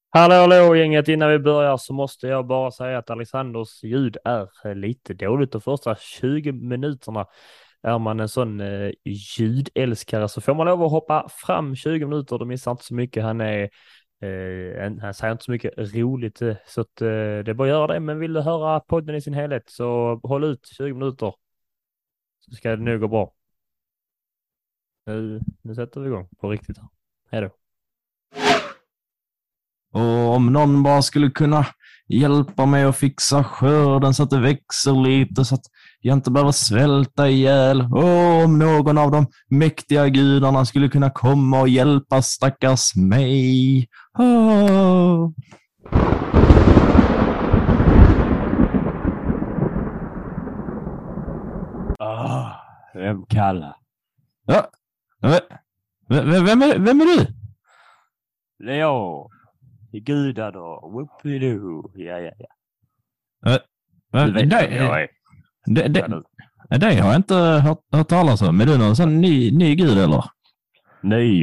Hallå gänget, innan vi börjar så måste jag bara säga att Alexanders ljud är lite dåligt. De första 20 minuterna är man en sån ljudälskare så får man lov att hoppa fram 20 minuter. De missar inte så mycket. Han säger inte så mycket roligt så att det är bara att göra det. Men vill du höra podden i sin helhet så håll ut 20 minuter så ska det nog gå bra. Nu sätter vi igång på riktigt här. Hej då. Och om någon bara skulle kunna hjälpa mig att fixa skörden så att det växer lite så att jag inte behöver svälta ihjäl. Och om någon av de mäktiga gudarna skulle kunna komma och hjälpa stackars mig. Oh. Vem kallar? Ja. Vem är du? Det är jag. Gudar då. Whoopidoo. Ja. Du vet vem jag är. Det har jag inte hört talas om. Är du någon sån ny gud eller? Ny.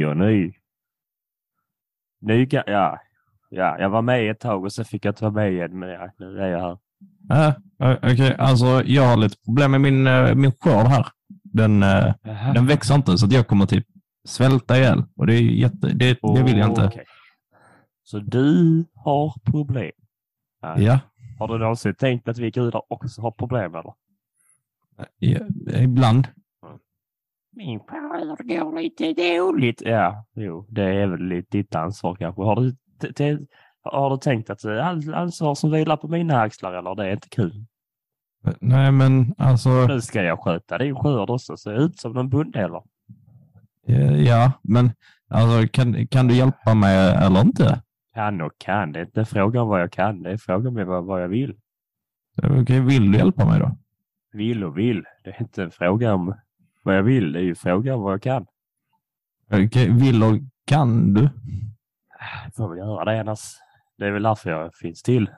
Ja, jag var med ett tag och så fick jag inte vara med igen. Men ja, nu är jag här. Okej. Alltså jag har lite problem med min skörd här. Den växer inte så att jag kommer typ svälta ihjäl. Och det är det vill jag inte. Okay. Så du har problem? Ja. Har du någonsin tänkt att vi gudar också har problem eller? Ja, ibland. Min skörd går lite dåligt. Ja, jo, det är väl lite ditt ansvar kanske. Har du tänkt att ansvar som vilar på mina axlar eller det är inte kul? Nej, men alltså... Nu ska jag sköta din skörd också, så ut som en bonde eller? Ja, men alltså, kan du hjälpa mig eller inte? Kan. Det är inte frågan om vad jag kan. Det är frågan om vad jag vill. Okej, vill du hjälpa mig då? Vill. Det är inte en fråga om vad jag vill. Det är ju frågan om vad jag kan. Okej, vill och kan du? Jag får väl göra det annars. Det är väl därför jag finns till.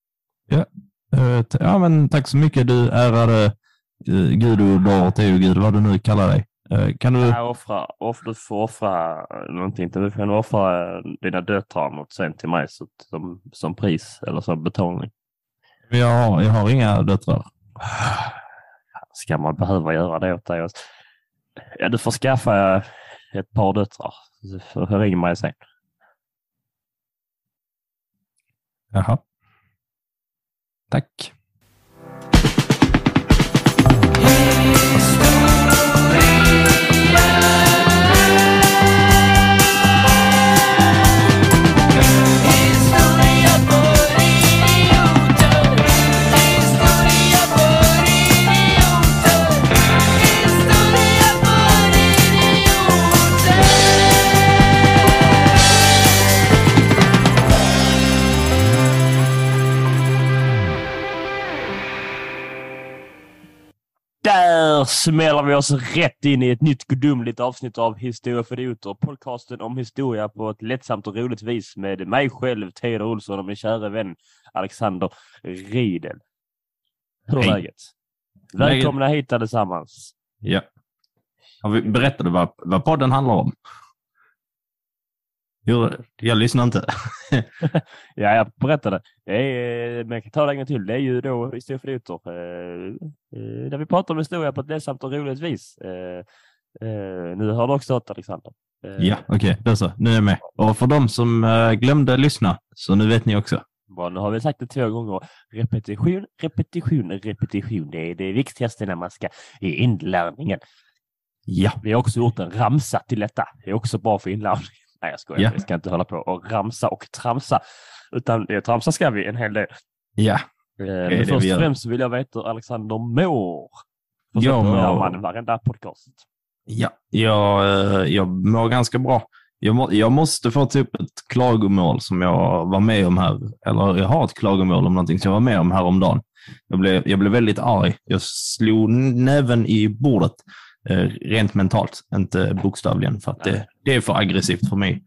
Ja, men tack så mycket du ärade gud vad du nu kallar dig. Kan du... Du får offra någonting. Du får offra dina döttrar något sen till mig som pris eller som betalning. Jag har inga döttrar. Ska man behöva göra det åt dig? Ja, du får skaffa ett par döttrar. Så ring mig sen. Jaha. Tack. Där smäller vi oss rätt in i ett nytt gudomligt avsnitt av Historia för idioter. Podcasten om historia på ett lättsamt och roligt vis med mig själv, Teodor Olsson och min kära vän Alexander Riedel. Hur är läget? Välkomna hit allesammans. Ja. Berättar du vad podden handlar om? Jag lyssnar inte. Ja, jag berättade. Men jag kan ta det en gång till. Det är ju då Historia för idioter. Där vi pratar om historia på ett lättsamt och roligt vis. Nu har du också hört Alexander. Ja, okej. Det är så. Nu är jag med. Och för de som glömde lyssna, så nu vet ni också. Bra, nu har vi sagt det 2 gånger. Repetition. Det är det viktigaste när man ska i inlärningen. Ja. Vi har också gjort en ramsa till detta. Det är också bra för inlärningen. Nej, jag skojar. Ja. Vi ska inte hålla på och ramsa och tramsa. Utan tramsa ska vi en hel del. Ja. Men först och främst vill jag veta hur Alexander mår. Jag mår... man varenda podcast. Ja, jag mår ganska bra. Jag måste få typ ett klagomål som jag var med om här. Eller jag har ett klagomål om någonting som jag var med om häromdagen. Jag blev väldigt arg. Jag slog näven i bordet. Rent mentalt, inte bokstavligen, för att det är för aggressivt för mig.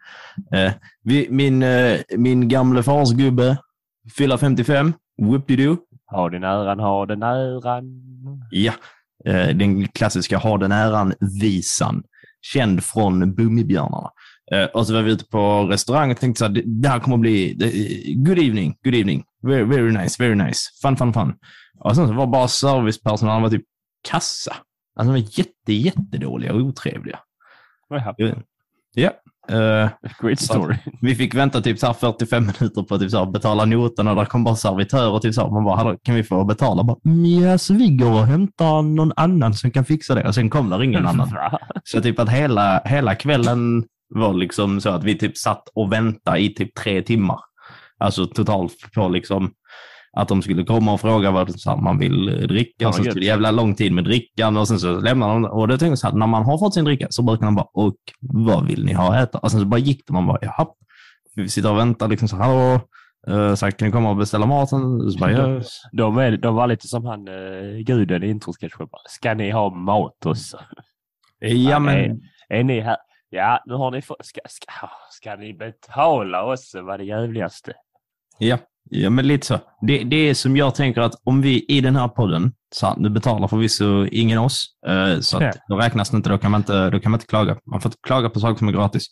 Min gamla fars gubbe fyller 55. Whoopidoo. Ha den äran. Ja, den klassiska ha den äran visan, känd från Bummibjörnarna. Och så var vi ute på restaurang och tänkte så här, det här kommer att bli good evening. Very, very nice. Fun. Och sen så var bara servicepersonalen var typ kassa. Alltså de var jättedåliga och otrevliga. Ja. Great story. Vi fick vänta typ så här 45 minuter på att typ så här betala noten och där kom bara servitör och typ så här, man bara, kan vi få betala? Bara, ja, så vi går och hämtar någon annan som kan fixa det. Och sen kom där ingen annan. Så typ att hela kvällen var liksom så att vi typ satt och väntade i typ 3 timmar. Alltså totalt på liksom att de skulle komma och fråga vad man vill dricka. Och så skulle det jävla lång tid med drickan och sen så lämnar de. Och det tänkte jag så här, när man har fått sin dricka så brukar man bara, och vad vill ni ha att äta? Och sen så bara gick det, man bara, jaha. Vi sitter och väntar liksom så här, så här, kan ni komma och beställa maten? Så bara, yes. De var lite som han, guden i introsketchen. Ska ni ha mat också? Ja, men... Är ni här? Ja, nu har ni fått... Ska ni betala oss? Var det jävligaste. Ja, men lite så. Det är som jag tänker att om vi i den här podden, så nu betalar förvisso ingen oss, så att då räknas det inte, då kan man inte klaga. Man får inte klaga på saker som är gratis.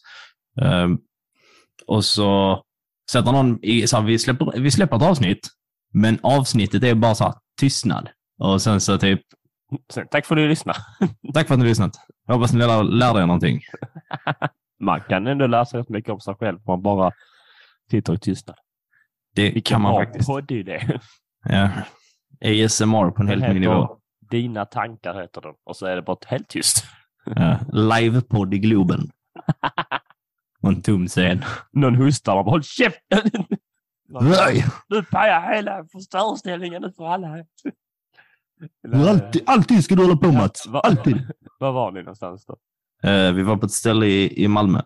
Och så sätter någon i, så här, vi släpper ett avsnitt, men avsnittet är bara så här, tystnad. Och sen så typ... Tack för att du lyssnade. Tack för att ni lyssnat. Jag hoppas ni lärde er någonting. Man kan ändå lära sig rätt mycket om sig själv. Man bara sitter och tystnar. Det kan man faktiskt. Podd i det. Ja. ASMR på en helt ny nivå. Dina tankar heter den. Och så är det bara helt tyst. Ja. Livepodd i Globen. Och en tom scen. Någon hostar och bara, håll käften! Nej! Nu pajar hela förstörsställningen ut för alla. Alltid ska du hålla på, Mats. Alltid. Var var ni någonstans då? Vi var på ett ställe i Malmö.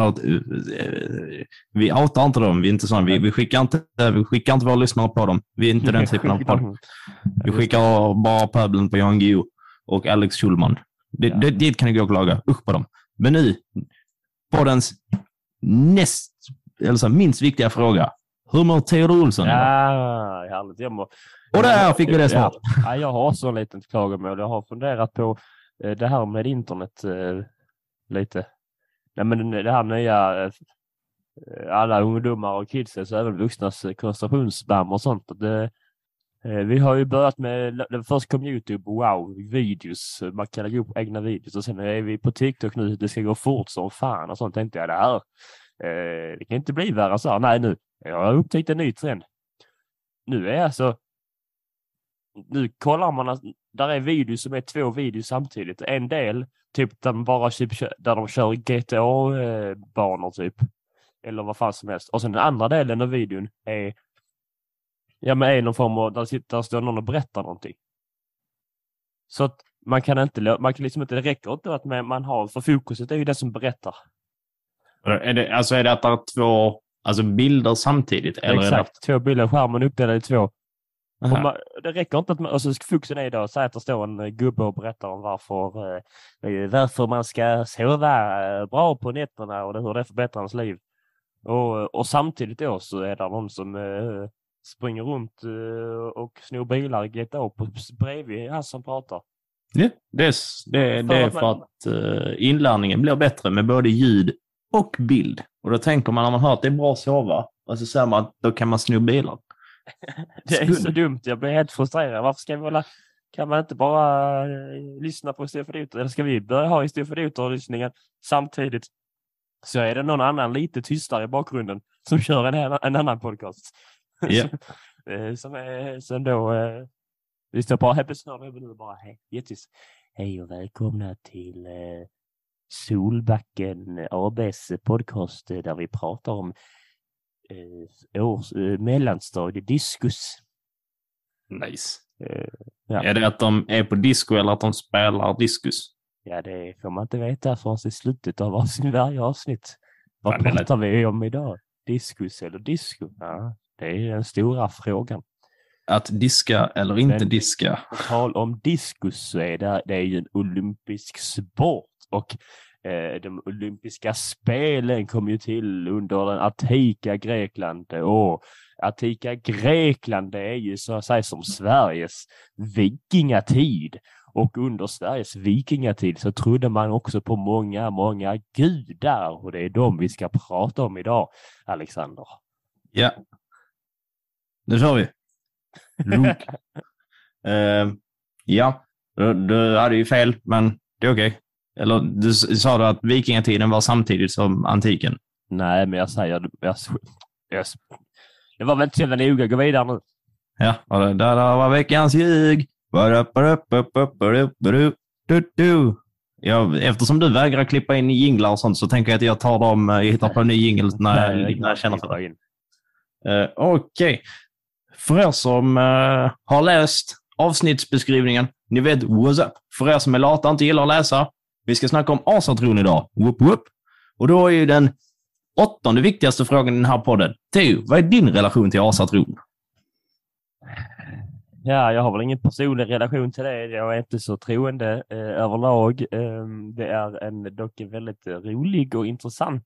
Vi outar inte dem. Vi är inte sådana. Vi skickar inte våra lyssnare på dem. Vi är inte den typen av podd. Vi skickar bara pöbeln på Jan Guillou och Alex Schulman. Dit kan ni gå och klaga. Usch på dem. Men nu, poddens minst viktiga fråga. Hur mår Theodor Olsson? Ja, härligt. Och där fick vi det svar. Ja, jag har så en liten klagomål. Jag har funderat på det här med internet lite. Nej, men det här nya alla ungdomar och kids, så även vuxnas koncentrationsspam och sånt. Vi har ju börjat med, först kom YouTube, videos, man kan lägga upp egna videos, och sen är vi på TikTok nu, det ska gå fort som fan och sånt. Tänkte jag, det här det kan inte bli värre så här. Nej, nu jag har upptäckt en ny trend. Nu kollar man, där är videos som är 2 videos samtidigt. En del typ där de kör GTA-banor typ. Eller vad fan som helst. Och sen den andra delen av videon är någon form av, där står någon och berättar någonting. Så att man kan liksom inte, det räcker inte att man har, för fokuset är ju det som berättar. Är det att det är 2 bilder samtidigt? Eller exakt, 2 bilder, skärmen uppdelad i 2. Det räcker inte att och så fokusen är då, så att det står en gubbe och berättar om varför man ska sova bra på nätterna och hur det förbättrar ens liv. Och samtidigt då så är det någon som springer runt och snor bilar i GTA bredvid han som pratar. Ja, det är för att inlärningen blir bättre med både ljud och bild. Och då tänker man, när man hör att det är bra att sova, och så säger man att då kan man sno bilar. Det är så dumt, jag blir helt frustrerad. Varför ska vi kan man inte bara lyssna på Stefan-Dioter? Eller ska vi börja ha Stefan-Dioter-lyssningen samtidigt? Så är det någon annan lite tystare i bakgrunden som kör en annan podcast. Yeah. som då lyssnar på bara hej och välkomna till Solbacken ABs podcast där vi pratar om mellanstadiediskus. Nice. Ja. Är det att de är på disco eller att de spelar diskus? Ja, det får man inte veta förrän i slutet av varje avsnitt. Vad pratar vi om idag? Diskus eller disco? Ja, det är den stora frågan. Att diska eller inte diska? På tal om diskus så är det är ju en olympisk sport, och de olympiska spelen kom ju till under den antika Grekland, och antika Grekland är ju så att säga som Sveriges vikingatid, Och under Sveriges vikingatid så trodde man också på många, många gudar. Och det är dem vi ska prata om idag, Alexander. Ja. Nu kör vi. Ja, du hade ju fel, men det är okej. Eller du sa att vikingatiden var samtidigt som antiken. Nej, men jag säger... Det var väl inte så jävla noga. Gå vidare nu. Ja, och det där var veckans ljug. Ja, eftersom du vägrar klippa in jinglar och sånt så tänker jag att jag tar dem, jag hittar på en ny jingle när jag känner för det. Okej. För er som har läst avsnittsbeskrivningen, ni vet what's up. För er som är lata och inte gillar att läsa, vi ska snacka om asatron idag. Whoop, whoop. Och då är ju den 8:e viktigaste frågan i den här podden. Theo, vad är din relation till asatron? Ja, jag har väl ingen personlig relation till det. Jag är inte så troende överlag. Det är dock en väldigt rolig och intressant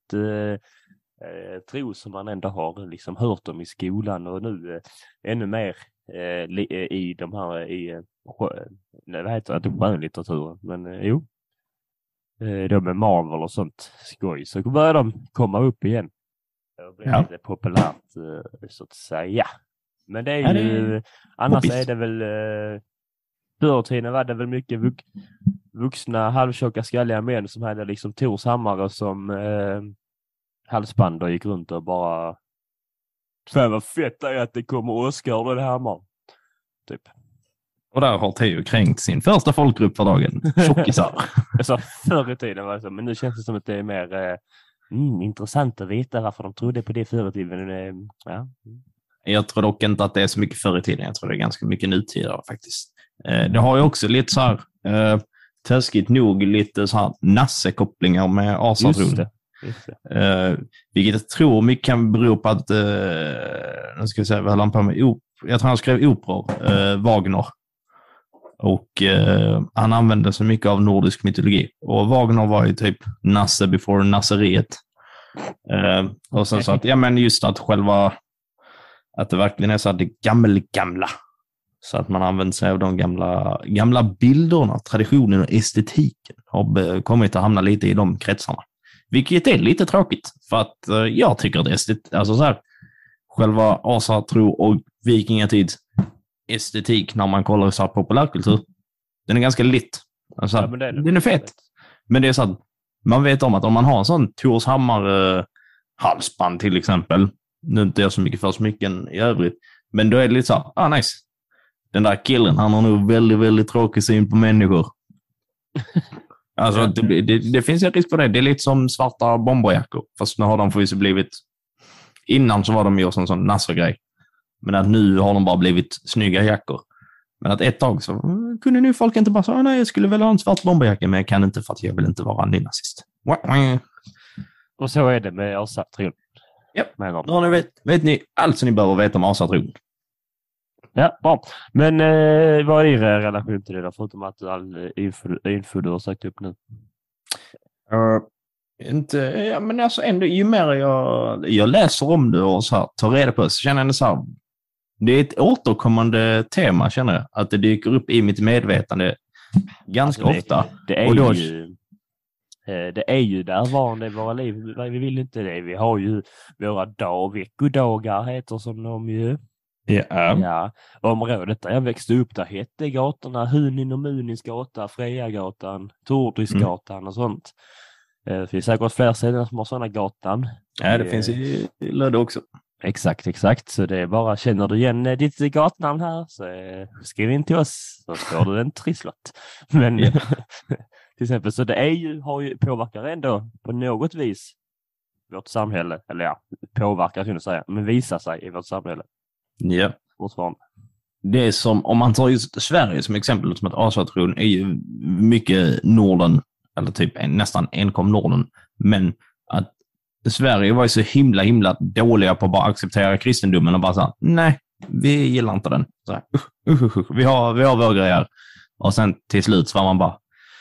tro som man ändå har liksom hört om i skolan och nu ännu mer i de här vad heter det, skönlitteraturen. Men jo, de med Marvel och sånt skoj så börjar de komma upp igen. Det blir lite populärt så att säga. Men det är ju, annars är det väl förr i tiden var det väl mycket vuxna halvtjocka skalliga män som hade liksom Tors hammare som halsband och gick runt och bara fan vad fett är att det kommer Oscar och det hammaren. Typ. Och där har Theo kränkt sin första folkgrupp för dagen. Tjockisar. Alltså förr i tiden var det så, men nu känns det som att det är mer intressant att veta varför de trodde på det förr i tiden. Ja. Jag tror dock inte att det är så mycket förr i tiden. Jag tror det är ganska mycket nutida faktiskt. Det har ju också lite så här taskigt nog lite så här nassekopplingar med asatron. Vilket jag tror mycket kan bero på att nu ska jag säga vad han på med jag tror han skrev operor, Wagner. Och han använde så mycket av nordisk mytologi. Och Wagner var ju typ nasse before nasseriet. Och sen så att, ja men just att själva att det verkligen är så att det gamla. Så att man använder sig av de gamla bilderna, traditionen och estetiken har kommit att hamna lite i de kretsarna. Vilket är lite tråkigt för att jag tycker att alltså så här, själva asatro och vikingatid estetik när man kollar så här populärkultur, den är ganska litt. Alltså, ja, den är fett. Men det är så att man vet om att om man har en sån Tors hammare halsband till exempel, nu inte jag så mycket för smycken i övrigt, men då är det lite så här, nice. Den där killen, han har nog väldigt, väldigt tråkig syn på människor. Alltså det finns en risk för det. Det är lite som svarta bomberjackor. Fast nu har de förvisso blivit... Innan så var de ju en sån nassegrej. Men att nu har de bara blivit snygga jackor. Men att ett tag så kunde nu folk inte bara säga nej, jag skulle väl ha en svart bomberjacka, men jag kan inte för att jag vill inte vara en nynazist. Och så är det med asatron. Ja, då vet ni allt som ni behöver veta om asatron. Ja, bra. Men vad är din relation till det då? Förutom att all info du har sagt upp nu. Inte, ja, men alltså ändå, ju mer jag läser om det och så här, tar reda på det, så känner jag så här, det är ett återkommande tema, känner jag. Att det dyker upp i mitt medvetande ganska ofta. Det är ju närvarande i våra liv. Vi vill inte det. Vi har ju våra veckodagar heter som de ju. Ja, området där jag växte upp där hette gatorna Hunin och Munins gata, Frejagatan, Tordisgatan och sånt. Det finns säkert fler ställen som har sådana gatan. Ja, det finns i Lödde också. Exakt. Så det är bara, känner du igen ditt gatnamn här så skriv in till oss så får du en trisslott. Men till exempel, så det är ju, påverkar ändå på något vis vårt samhälle. Eller ja, påverkar kan du säga, men visar sig i vårt samhälle. Ja. Fortfarande. Det är som, om man tar just Sverige som exempel, som ett asatron är ju mycket Norden, eller typ nästan enkom Norden. Men att Sverige var ju så himla dåliga på att bara acceptera kristendomen och bara så nej, vi gillar inte den. Så här, vi har vår grejer. Och sen till slut så var man bara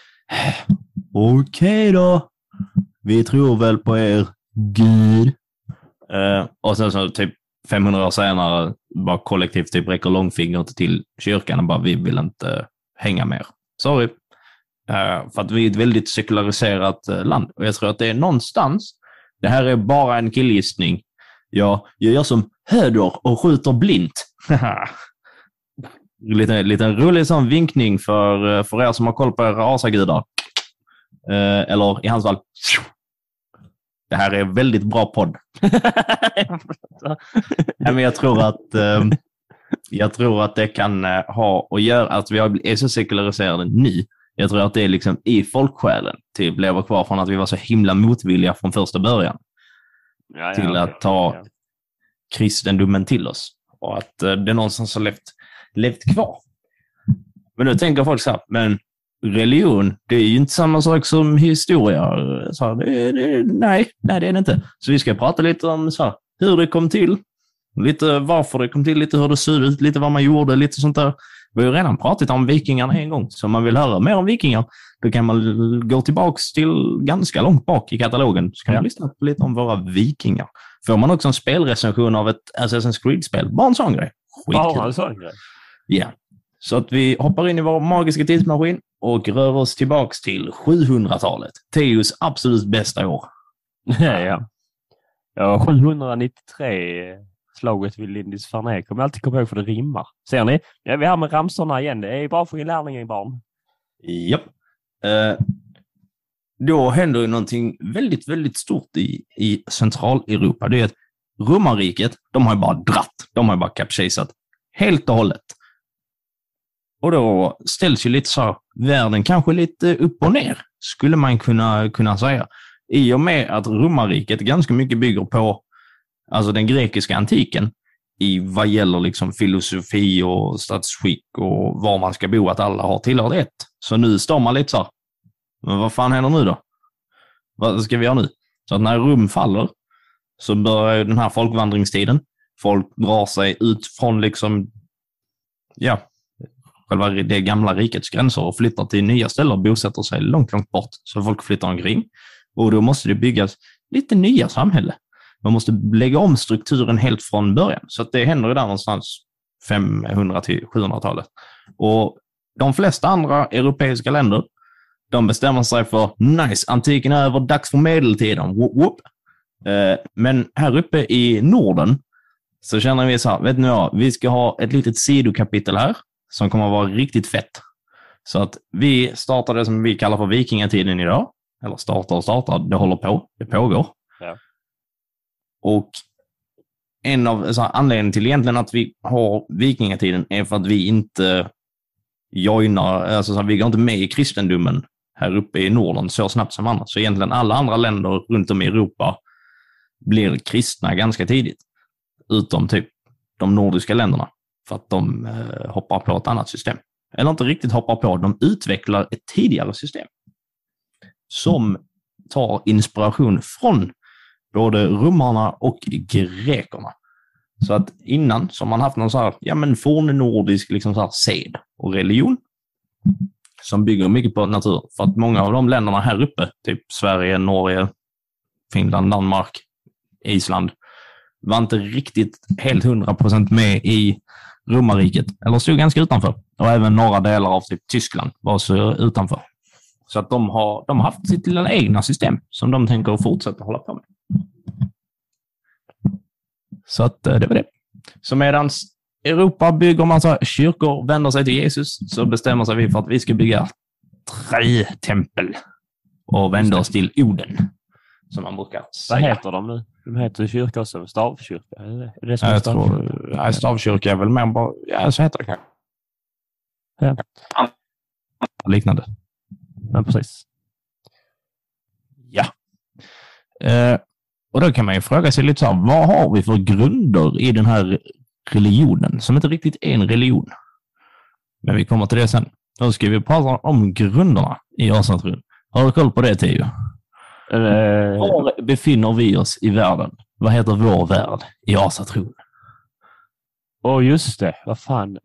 okej då. Vi tror väl på er Gud. Och sen så typ 500 år senare bara kollektivt typ räcker långfingret till kyrkan och bara vi vill inte hänga mer. Sorry. För att vi är ett väldigt sekulariserat land. Och jag tror att det är någonstans, det här är bara en killgissning. Jag gör som Höder och skjuter blint. liten rolig sån vinkning för er som har koll på era asagudar. Eller i hans fall, det här är väldigt bra podd. Ja, men jag tror att det kan ha att göra att vi är så sekulariserade nu. Jag tror att det är liksom i folksjälen typ lever kvar från att vi var så himla motvilliga från första början till att ta kristendomen till oss. Och att det någonstans har levt kvar. Men nu tänker folk så här, men religion, det är ju inte samma sak som historia. Så nej, det är det inte. Så vi ska prata lite om så här, hur det kom till, lite varför det kom till, lite hur det såg ut, lite vad man gjorde, lite sånt där. Vi har ju redan pratat om vikingarna en gång, så om man vill höra mer om vikingar, då kan man gå tillbaks till ganska långt bak i katalogen, så kan man lyssna på lite om våra vikingar. Får man också en spelrecension av ett Assassin's Creed-spel, bara en sån grej. Skitkul. Ja. Så att vi hoppar in i vår magiska tidsmaskin och rör oss tillbaks till 700-talet. Theos absolut bästa år. Ja, 793, slaget vid Lindisfarne. Kommer jag alltid komma ihåg för det rimmar. Ser ni? Ja, vi har med ramsorna igen. Det är bra för inlärningen, barn. Japp. Då händer ju någonting väldigt, väldigt stort i Centraleuropa. Det är att romarriket, de har ju bara dratt. De har ju bara kapsejsat helt och hållet. Och då ställs ju lite så världen kanske lite upp och ner, skulle man kunna säga. I och med att romarriket ganska mycket bygger på alltså den grekiska antiken i vad gäller liksom filosofi och statsskick och var man ska bo, att alla har tillhörighet. Så nu står man lite så här, men vad fan händer nu då? Vad ska vi göra nu? Så att när Rom faller så börjar den här folkvandringstiden. Folk drar sig ut från liksom, själva det gamla rikets gränser och flyttar till nya ställen och bosätter sig långt, långt bort. Så folk flyttar omkring. Och då måste det byggas lite nya samhälle. Man måste lägga om strukturen helt från början. Så att det händer där någonstans 500 till 700-talet. Och de flesta andra europeiska länder, de bestämmer sig för nice, antiken är över, dags för medeltiden. Whoop, whoop. Men här uppe i Norden så känner vi så här, vet ni vad, vi ska ha ett litet sidokapitel här som kommer att vara riktigt fett. Så att vi startar det som vi kallar för vikingatiden idag. Eller startar, det håller på, det pågår. Ja. Och en av anledningen till egentligen att vi har vikingatiden är för att vi inte joinar, alltså så här, vi går inte med i kristendomen här uppe i Norden så snabbt som andra. Så egentligen alla andra länder runt om i Europa blir kristna ganska tidigt. Utom typ de nordiska länderna. För att de hoppar på ett annat system. Eller inte riktigt hoppar på, de utvecklar ett tidigare system. Som tar inspiration från både romarna och grekerna. Så att innan så har man haft någon så här, fornnordisk liksom så här sed och religion som bygger mycket på natur. För att många av de länderna här uppe, typ Sverige, Norge, Finland, Danmark, Island, var inte riktigt helt 100% med i romarriket, eller stod ganska utanför. Och även några delar av typ Tyskland var så utanför. Så att de har haft sitt lilla egna system som de tänker fortsätta hålla på med. Så att det var det. Så medan Europa bygger massa kyrkor, vänder sig till Jesus, så bestämmer sig vi för att vi ska bygga 3 tempel och vända oss till Oden, som man brukar säga. Vad heter de nu? De heter kyrka också, stavkyrka. Är det jag tror stavkyrka är väl mer bara, så heter det kanske. Ja. Liknande. Ja, precis. Ja. Och då kan man ju fråga sig lite så här, vad har vi för grunder i den här religionen som inte riktigt är en religion? Men vi kommer till det sen. Då ska vi prata om grunderna i asatron. Har du koll på det, Theo? Var befinner vi oss i världen? Vad heter vår värld i asatron? Just det. Vad fan.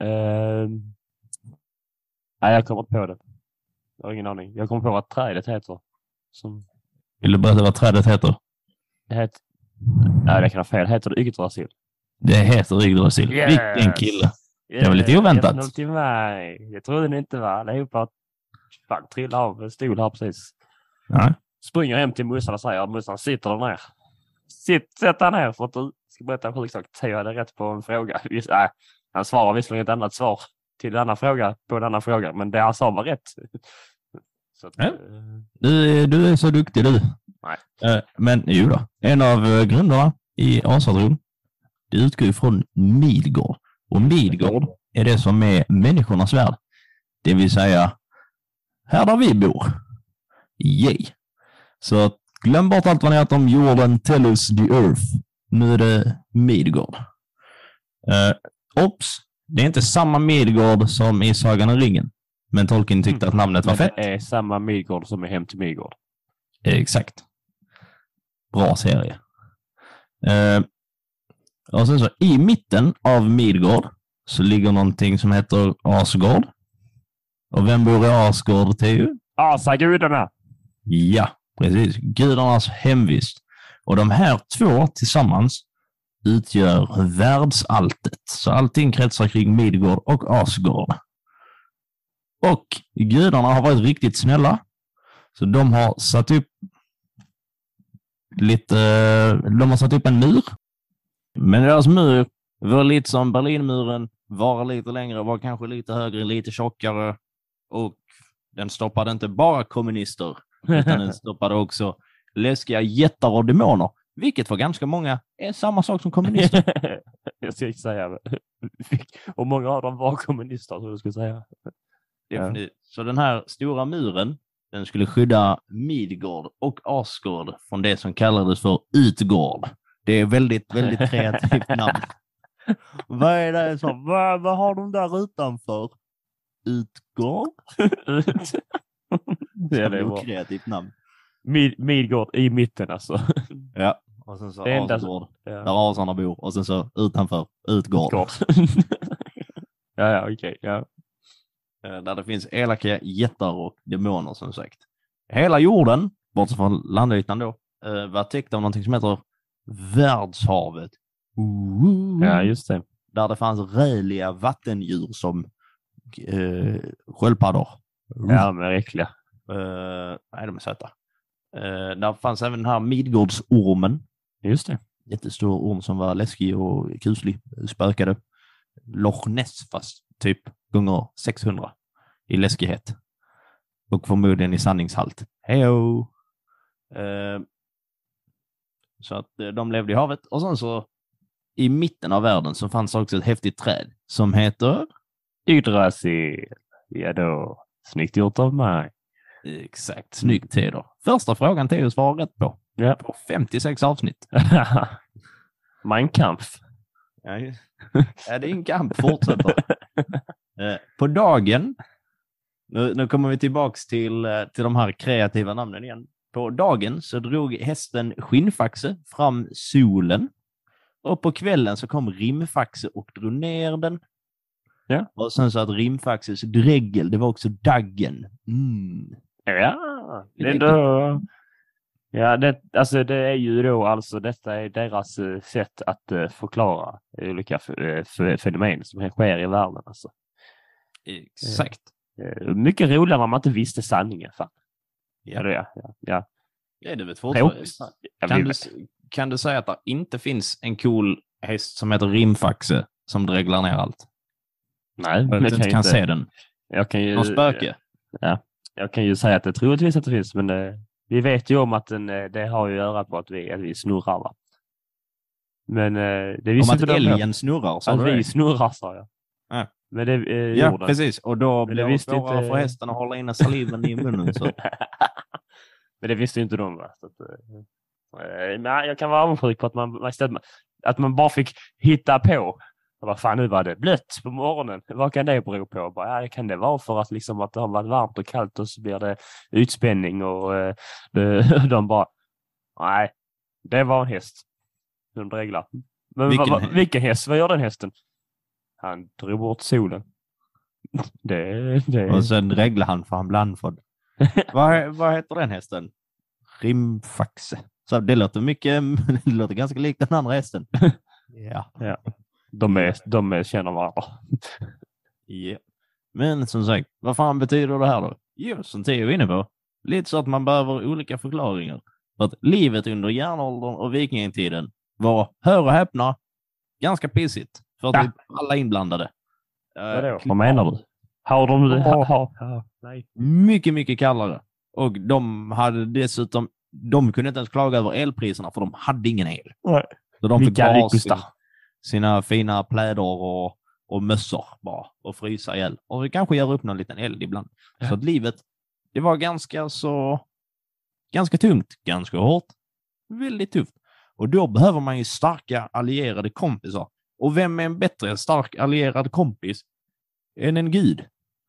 Nej, jag kommer inte på det. Jag har ingen aning. Jag kommer på vad trädet heter. Vill du berätta vad trädet heter? Nej, det kan vara fel. Heter det Yggdrasil? Det heter Yggdrasil. Yes. Vilken kille. Det var lite oväntat. Jag trodde det inte var allihopa Fan, trilla av stol här precis. Nej. Springer hem till Mussan och säger, Mussan sitter där ner. Sätt där ner för att du ska berätta en sjuk sak. Theo hade rätt på en fråga. Han svarar visserligen ett annat svar till denna fråga på denna fråga, men det han sa var rätt. Så att, Du är så duktig du. Nej. Men jo då, en av grunderna i Asatron, det utgår ifrån Midgård. Och Midgård är det som är människornas värld. Det vill säga här där vi bor. Yay. Så glöm bort allt vad ni har om jorden, tell us the earth. Nu är det Midgård. Ops, det är inte samma Midgård som i Sagan om ringen. Men Tolkien tyckte att namnet var fett. Det är samma Midgård som är Hem till Midgård. Exakt. Bra serie. Och sen så i mitten av Midgård så ligger någonting som heter Asgård. Och vem bor i Asgård, Theo? Asagudarna! Ja, precis. Gudarnas hemvist. Och de här två tillsammans utgör världsalltet. Så allting kretsar kring Midgård och Asgård. Och gudarna har varit riktigt snälla. Så de har satt upp en mur. Men deras mur var lite som Berlinmuren, var lite längre, var kanske lite högre, lite tjockare. Och den stoppade inte bara kommunister, utan den stoppade också läskiga jättar och demoner. Vilket för ganska många är samma sak som kommunister. Jag ska inte säga. Och många av dem var kommunister, så jag skulle säga. Definitivt. Ja. Så den här stora muren, den skulle skydda Midgård och Asgård från det som kallades för Utgård. Det är väldigt, väldigt kreativt namn. Vad är det som? Vad har de där utanför? Utgård? Det är ett kreativt namn. Midgård i mitten alltså. Ja. Och sen så Asgård, där asarna bor. Och sen så utanför Utgård. Okej. Ja. Där det finns elaka jättar och demoner som sagt. Hela jorden, bortsett från landytan då, var täckt av någonting som heter världshavet. Ja, just det. Där det fanns räliga vattendjur som sköldpaddor. Ja, men äckliga. Nej, de är söta. Där fanns även den här Midgårdsormen. Just det. Jättestor orm som var läskig och kuslig. Spökade. Loch Ness fast typ gånger 600 i läskighet. Och förmodligen i sanningshalt. Hejo! Så att de levde i havet. Och sen så i mitten av världen så fanns också ett häftigt träd som heter Yggdrasil. Ja då. Snyggt gjort av mig. Exakt. Snyggt, Theodor. Första frågan Theo svarar rätt på. Ja. På 56 avsnitt. Mein Kampf. Ja, det är en kamp. Fortsätter. På dagen. Nu kommer vi tillbaks till de här kreativa namnen igen. På dagen så drog hästen Skinnfaxe fram solen. Och på kvällen så kom Rimfaxe och drog ner den. Ja. Och sen så att Rimfaxes dräggel, det var också daggen. Ja, det är då... Ja, det är ju då alltså, detta är deras sätt att förklara olika fenomen som sker i världen. Alltså. Exakt. Mycket roligare om man inte visste sanningen. Fan. Ja. Ja, du vet fortfarande. Kan du säga att det inte finns en cool häst som heter Rimfaxe som drägglar ner allt? Nej, jag inte kan se den. Jag kan ju... Någon spöke? Ja, jag kan ju säga att det troligtvis att det finns, men vi vet ju om att det har ju att göra på att vi snurrar, va? Men det visste inte älgen snurrar, så att vi snurrar, sa jag. Ja. Men det ja, precis. Och då blir det svårare för hästen att hålla in saliven i munnen. Så. Men det visste ju inte de, va? Så att, nej, jag kan vara avundsjuk på att man bara fick hitta på. Vad fan, nu var det blött på morgonen. Vad kan det bero på? Bara, kan det vara för att, liksom, att det har varit varmt och kallt och så blir det utspänning och de bara, nej, det var en häst. De dreglar. Men vilken häst? Vad gör den hästen? Han drog bort solen. Det. Och sen dreglar han för han blandfödd. Vad heter den hästen? Rimfaxe. Så det låter ganska likt den andra hästen. Ja. De känner varandra. Yeah. Men som sagt, vad fan betyder det här då? Jo, som Theo är inne på. Lite så att man behöver olika förklaringar. För att livet under järnåldern och vikingatiden var, hör och häpna, ganska pissigt. För att alla inblandade. Vadå? Vad menar du? Har de det? Nej. Mycket, mycket kallare. Och de hade dessutom, de kunde inte ens klaga över elpriserna för de hade ingen el. Nej. Så de fick bara sina fina pläder och mössor bara och frysa ihjäl. Och vi kanske gör upp någon liten eld ibland. Ja. Så att livet, det var ganska tungt, ganska hårt, väldigt tufft. Och då behöver man ju starka allierade kompisar. Och vem är en bättre stark allierad kompis än en gud?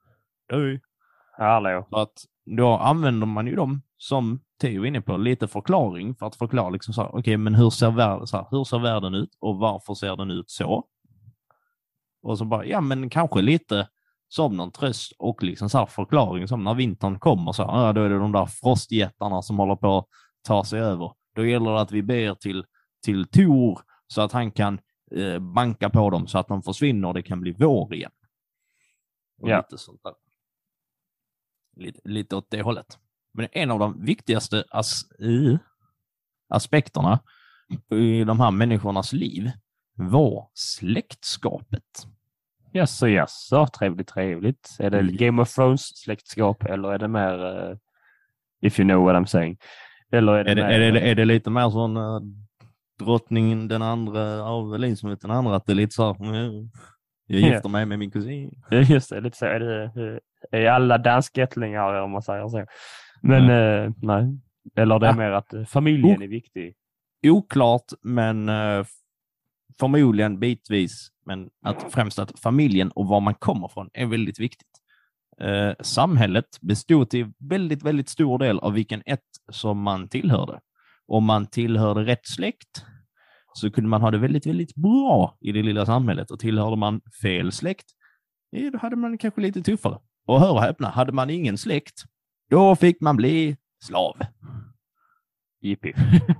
Hallå. Så att då använder man ju dem som Theo är inne på, lite förklaring för att förklara liksom så här, okej, men hur ser världen ut och varför ser den ut så? Och så bara, ja men kanske lite som någon tröst och liksom så här förklaring som när vintern kommer så här, då är det de där frostjättarna som håller på att ta sig över. Då gäller det att vi ber till Tor så att han kan banka på dem så att de försvinner och det kan bli vår igen. Och lite sånt där. Lite åt det hållet. Men en av de viktigaste aspekterna i de här människornas liv var släktskapet. Jaså, trevligt. Är det Game of Thrones släktskap eller är det mer if you know what I'm saying? Eller är det lite mer sån drottningen den andra av Elisabeth den andra, att det är lite så jag gifter mig med min kusin. Just det, lite så är alla danskättlingar om man säger så. Men nej. Eller det är mer att familjen är viktig. Oklart, men förmodligen bitvis. Men främst att familjen och var man kommer från är väldigt viktigt. Samhället bestod till väldigt, väldigt stor del av vilken ett som man tillhörde. Om man tillhörde rätt släkt så kunde man ha det väldigt, väldigt bra i det lilla samhället. Och tillhörde man fel släkt, då hade man kanske lite tuffare. Och hör och häpna, hade man ingen släkt, då fick man bli slav. Jippi.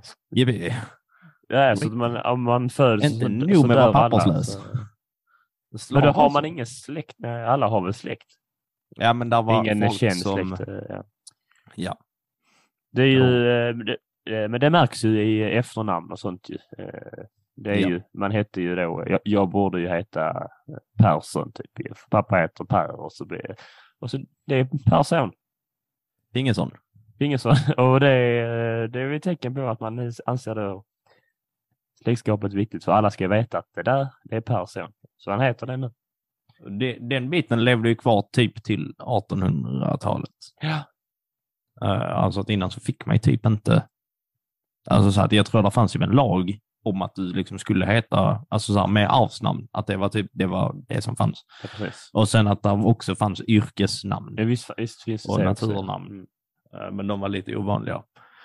Ja, så om man föds inte nog med att vara papperslös. Men då har man ingen släkt. Nej, alla har väl släkt. Ja, men där var ingen folk känd som... släkt. Ja. Det är ju... Men det märks ju i efternamn och sånt ju. Det är ju, man heter ju då, jag borde ju heta Persson typ. Pappa heter Per och så det är Persson. Ingesson. Och det är ett tecken på att man anser då släktskapet viktigt, för alla ska veta att det är Persson. Så han heter det nu. Den biten levde ju kvar typ till 1800-talet. Ja. Alltså att innan så fick man ju typ inte... Alltså så att jag tror det fanns ju en lag om att du liksom skulle heta, alltså så här, med arvsnamn, att det var det som fanns. Ja, och sen att det också fanns yrkesnamn. Det visst finns och naturnamn. Men de var lite ovanliga.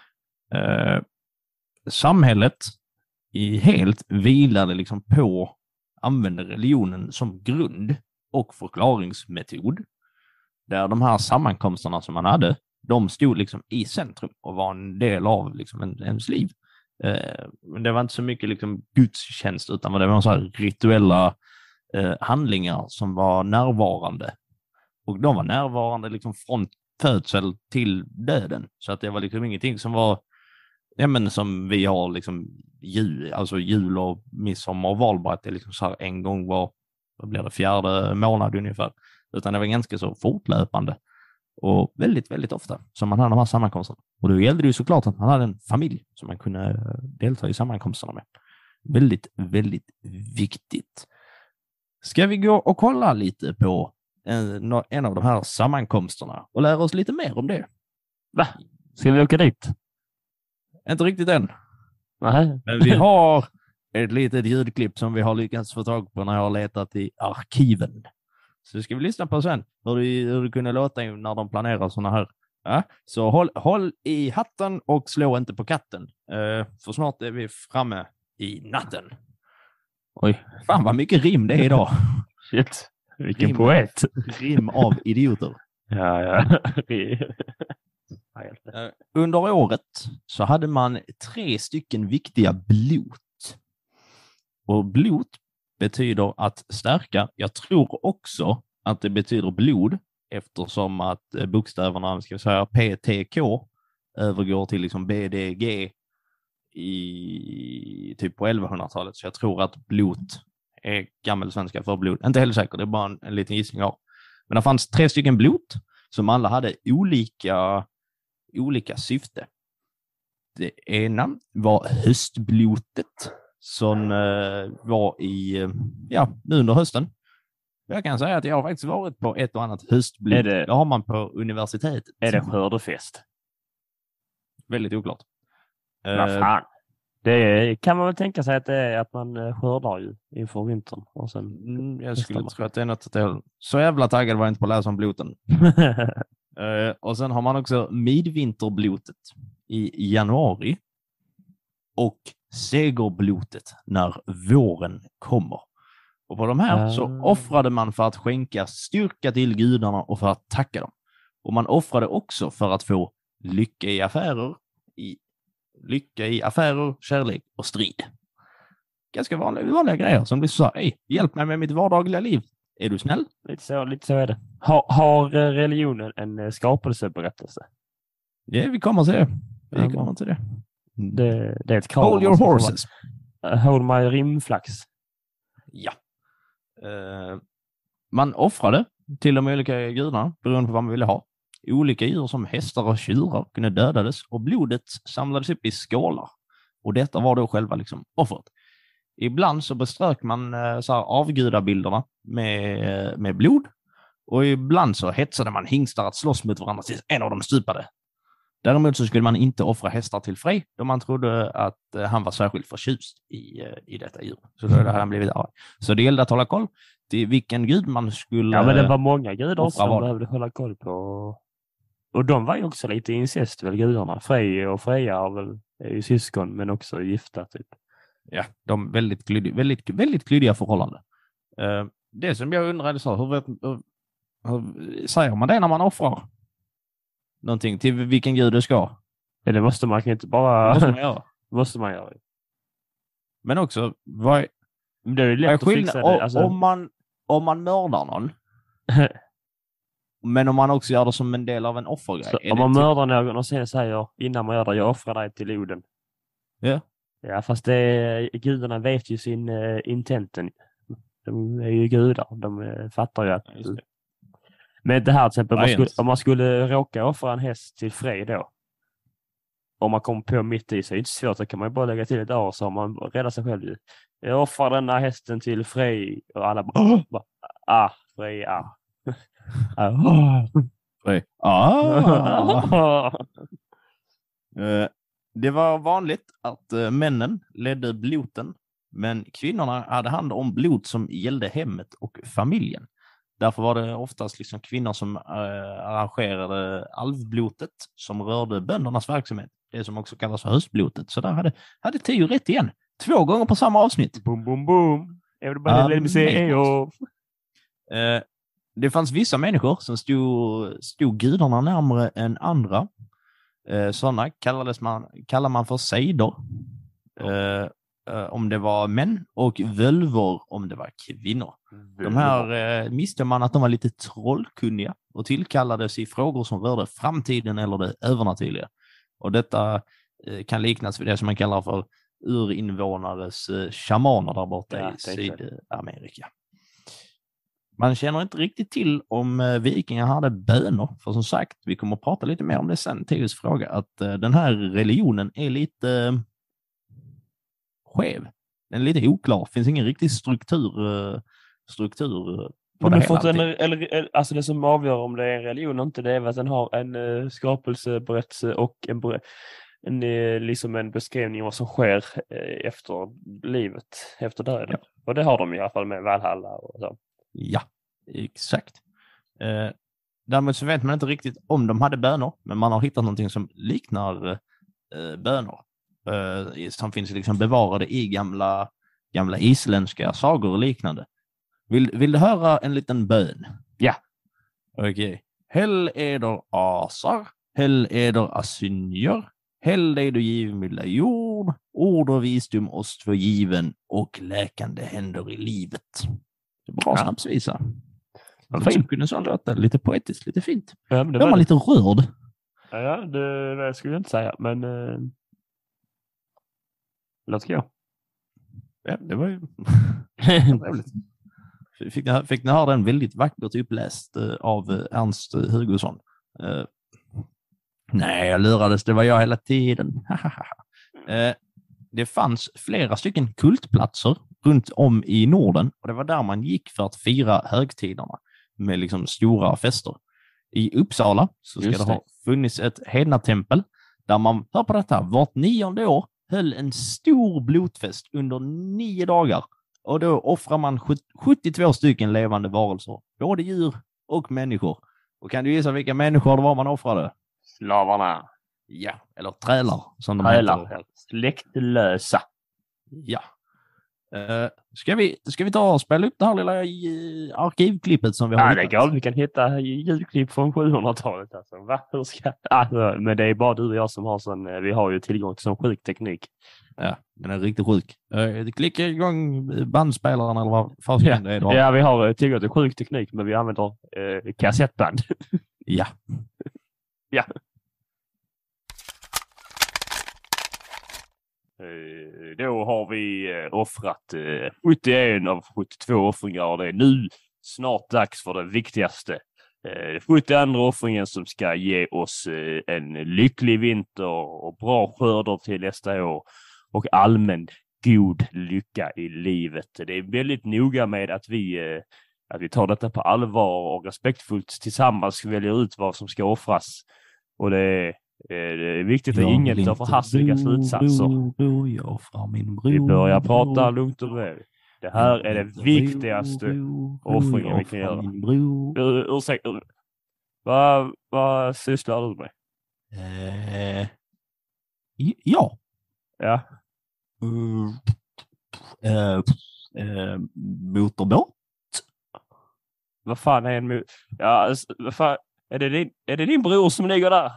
Samhället helt vilade liksom på, använde religionen som grund och förklaringsmetod. Där de här sammankomsterna som man hade, de stod liksom i centrum och var en del av liksom ens liv. Men det var inte så mycket liksom gudstjänst, utan det var så här rituella handlingar som var närvarande. Och de var närvarande liksom från födsel till döden. Så att det var liksom ingenting som var, ja men som vi har liksom jul och midsommar och valborg, det är liksom så här en gång vad blir det, 4:e månad ungefär. Utan det var ganska så fortlöpande. Och väldigt, väldigt ofta som man hade de här sammankomsterna. Och då gällde det ju såklart att man hade en familj som man kunde delta i sammankomsterna med. Väldigt, väldigt viktigt. Ska vi gå och kolla lite på en av de här sammankomsterna och lära oss lite mer om det? Va? Ska vi åka dit? Inte riktigt än. Nej. Men vi har ett litet ljudklipp som vi har lyckats få tag på när jag har letat i arkiven. Så ska vi lyssna på sen hur det kunde låta när de planerar såna här. Ja, så håll i hatten och slå inte på katten. För snart är vi framme i natten. Oj. Fan vad mycket rim det är idag. Shit. Vilken poet. Rim av idioter. Ja. Under året så hade man 3 stycken viktiga blot. Och blot betyder att stärka. Jag tror också att det betyder blod. eftersom att bokstäverna, ska vi säga PTK, övergår till liksom BDG i typ på 1100-talet. Så jag tror att blot är gammelsvenska för blod. Inte heller säker, det är bara en liten gissning av. Men det fanns 3 stycken blot som alla hade olika syfte. Det ena var höstblotet som var nu under hösten. Jag kan säga att jag har faktiskt varit på ett och annat höstblot. Det har man på universitetet. Är det skördefest? Väldigt oklart. Vad fan? Det kan man väl tänka sig att det är att man skördar ju inför vintern. Och sen jag skulle tro att det är något att så jävla taggad var jag inte på att läsa om bloten. Och sen har man också midvinterblotet i januari och segerblotet när våren kommer. Och på de här så offrade man för att skänka styrka till gudarna och för att tacka dem. Och man offrade också för att få lycka i affärer, kärlek och strid. Ganska vanliga grejer som blir så här, hjälp mig med mitt vardagliga liv. Är du snäll? Lite så är det. Har religionen en skapelseberättelse? Ja, vi kommer till det. Det är ett krav. Hold your horses. Hold my rimflax. Ja. Man offrade till de olika gudarna beroende på vad man ville ha. Olika djur som hästar och tjurar kunde dödades och blodet samlades upp i skålar. Och detta var då själva liksom offret. Ibland så beströk man så här avgudabilderna med blod. Och ibland så hetsade man hingstar att slåss mot varandra tills en av dem stupade. Däremot så skulle man inte offra hästar till Frej då man trodde att han var särskilt förtjust i detta djur. Så då hade han blivit arg. Så det gällde att hålla koll till vilken gud man skulle. Ja, men det var många gudar som man behövde hålla koll på. Och de var ju också lite incest, väl, gudarna. Frej och Freja är ju syskon men också gifta typ. Ja, de väldigt klyddiga förhållanden. Det som jag undrar är så, hur säger man det när man offrar någonting till vilken gud det ska? Ja, det måste man inte bara. Måste man göra. Men också vad det är lätt att fixa det. Alltså, om man mördar någon. Men om man också gör det som en del av en offergrej. Om man mördar någon och sen säger innan man gör det, jag offrar dig till Oden. Ja. Ja, fast gudarna vet ju sin intenten. De är ju gudar. De fattar ju att. Men det här till exempel, om man skulle råka offra en häst till Frej då. Om man kommer på mitt i så är det inte svårt, så kan man ju bara lägga till ett år så har man räddat sig själv. Jag offrar denna hästen till Frej och alla bara Frej, Frej. Det var vanligt att männen ledde bloten, men kvinnorna hade hand om blod som gällde hemmet och familjen. Därför var det oftast liksom kvinnor som arrangerade alvblotet som rörde böndernas verksamhet. Det som också kallas för höstblotet. Så där hade Theo rätt igen. 2 gånger på samma avsnitt. Boom, boom, boom. Everybody let me say det fanns vissa människor som stod gudarna närmare än andra. Sådana kallar man för sejder. Om det var män och völvor om det var kvinnor. De här misste man att de var lite trollkunniga och tillkallades i frågor som rörde framtiden eller det övernaturliga. Och detta kan liknas vid det som man kallar för urinvånares shamaner där borta i Sydamerika. Man känner inte riktigt till om vikingar hade bönor. För som sagt, vi kommer att prata lite mer om det sen, Theos fråga, att den här religionen är lite skev. Den är lite oklar. Det finns ingen riktig struktur på det hela. Alltså det som avgör om det är en religion eller inte, det är att den har en skapelseberättelse och liksom en beskrivning av vad som sker efter livet, efter döden. Ja. Och det har de i alla fall med Valhalla och så. Ja, exakt. Däremot så vet man inte riktigt om de hade bönor, men man har hittat någonting som liknar bönor. Som finns liksom bevarade i gamla isländska sagor och liknande. Vill du höra en liten bön? Ja. Okej. Häll eder asar, häll eder asynjer, häll dig du givmilda jord, ord och visdom oss för given och läkande händer i livet. Det är bra snabsvisa. Så kunde så låta lite poetiskt, lite fint. Ja, men Då är man lite rörd. Ja, det skulle jag inte säga, men låt gå. Ja, det var ju trevligt. Fick ni höra den väldigt vackert uppläst av Ernst Hugosson? Nej, jag lurades. Det var jag hela tiden. Det fanns flera stycken kultplatser runt om i Norden och det var där man gick för att fira högtiderna med liksom stora fester. I Uppsala så ska det ha funnits ett hednatempel där man, hör på detta, vart 9:e år höll en stor blodfest under 9 dagar. Och då offrar man 72 stycken levande varelser, både djur och människor. Och kan du gissa vilka människor det var man offrade? Slavarna. Ja, eller trälar som de Trälar. heter. Släktlösa. Ja. Ska vi ta och spela upp det här lilla arkivklippet som vi har hittat? Det går. Vi kan hitta ljudklipp från 700-talet. Alltså. Va? Hur ska... men det är bara du och jag som har sån... Vi har ju tillgång till sån sjuk teknik. Ja, den är riktigt sjuk. Klicka igång bandspelaren eller vad fan det är då. Ja, vi har tillgång till sjuk teknik, men vi använder kassettband. Ja. Ja. Då har vi offrat 71 av 72 offringar och det är nu snart dags för den viktigaste. 72 offringen som ska ge oss en lycklig vinter och bra skörder till nästa år och allmän god lycka i livet. Det är väldigt noga med att vi tar detta på allvar och respektfullt tillsammans väljer ut vad som ska offras. Och det är viktigt att ingen tar för hastiga slutsatser. Vi börjar prata lugnt och väl. Det här är det viktigaste offringen vi kan göra. Ursäkta. Vad sysslar du med? Ja. Ja. Motorbåt. Vad fan är en ja, vad fan är det din bror som ligger där?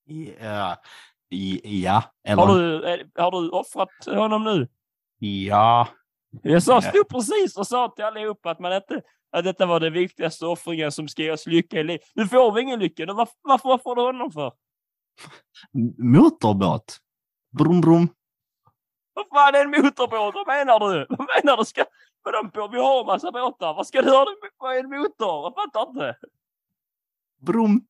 Ja. Eller... Har du offrat honom nu? Ja. Jag stod precis och sa till allihopa att detta var det viktigaste offringen som ska ge oss lycka i livet. Nu får vi ingen lycka. Varför får du honom för? Motorbåt. Brum brum. Vad fan är en motorbåt? Vad menar du? Vad menar du? Vi har en massa båtar. Vad ska du ha? Vad är en motor? Jag fattar inte. Brum.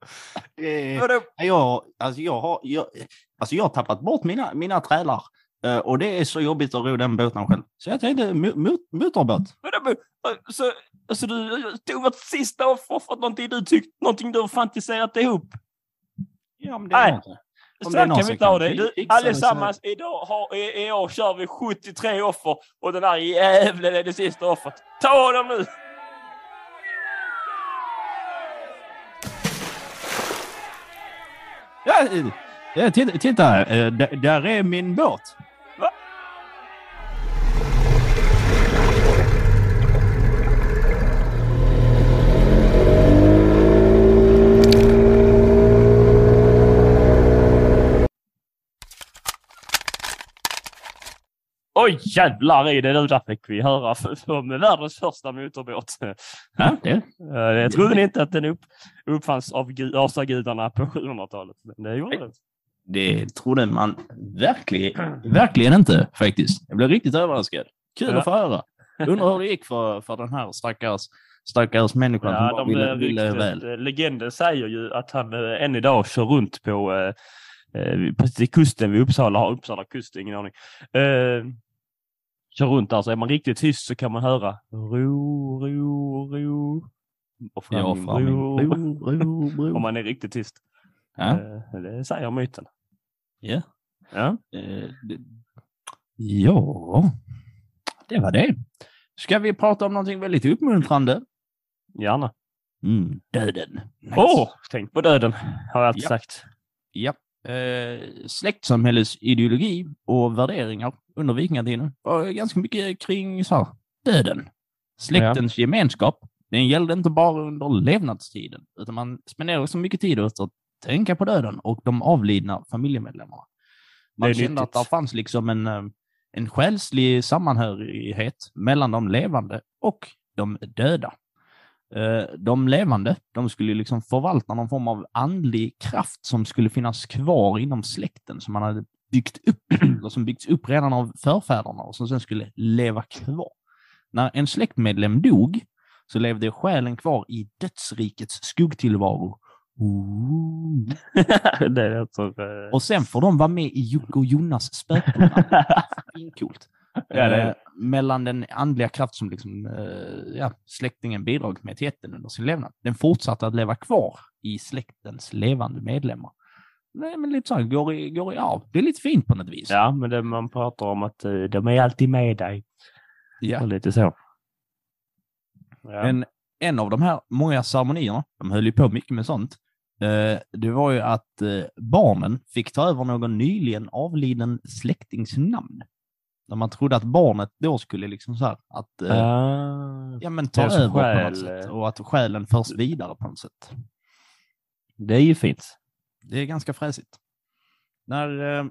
Jag har tappat bort mina trälar. Och det är så jobbigt att ro den båten själv. Så jag tänkte motorbåt. Så du tog ett sista offer för någonting du har fantiserat ihop? Ja, men det är något. Så kan vi ta det. Allesammans i år kör vi 73 offer och den här jävlen är det sista offret. Ta dem nu! Ja, titta. Där är min båt. Va? Oj, jävlar i det nu. Där fick vi höra om världens första motorbåt. Ja, det. Jag trodde inte att den uppfanns av asagudarna på 700-talet. Men det gjorde det. Det trodde man verkligen inte faktiskt. Jag blev riktigt överraskad. Kul att få höra. Undrar hur det gick för den här stackars människan som bara ville väl. Legenden säger ju att han än idag kör runt på kusten vid Uppsala kust, ingen aning. Kör runt där, så är man riktigt tyst så kan man höra ro. Och fram ro. Om man är riktigt tyst. Ja. Det säger myten. Ja. Ja. Ja, det var det. Ska vi prata om någonting väldigt uppmuntrande? Gärna. Döden. Nice. Tänk på döden, har jag alltid sagt. Ja. Släktsamhällets ideologi och värderingar under vikingatiden var ganska mycket kring så här, döden. Släktens gemenskap, den gällde inte bara under levnadstiden, utan man spenderade så mycket tid åt att tänka på döden och de avlidna familjemedlemmarna. Man kände att det fanns liksom en själslig sammanhörighet mellan de levande och de döda. De levande, de skulle liksom förvalta någon form av andlig kraft som skulle finnas kvar inom släkten som man hade byggt upp, och som byggts upp redan av förfäderna och som sen skulle leva kvar. När en släktmedlem dog så levde själen kvar i dödsrikets skuggtillvaro. Det är så, Och sen får de vara med i Jocke och Jonas spökprogram. Coolt. Ja, det Mellan den andliga kraft som liksom, släktingen bidragit med till jätten under sin levnad. Den fortsatte att leva kvar i släktens levande medlemmar. Nej, men lite så här, går i arv. Det är lite fint på något vis. Ja, men det man pratar om att de är alltid med dig. Ja. Och lite så. Ja. Men en av de här många ceremonierna, de höll ju på mycket med sånt, det var ju att barnen fick ta över någon nyligen avliden släktings namn. Där man trodde att barnet då skulle liksom så här att ta över på något sätt. Och att själen förs vidare på något sätt. Det är ju fint. Det är ganska fräsigt. När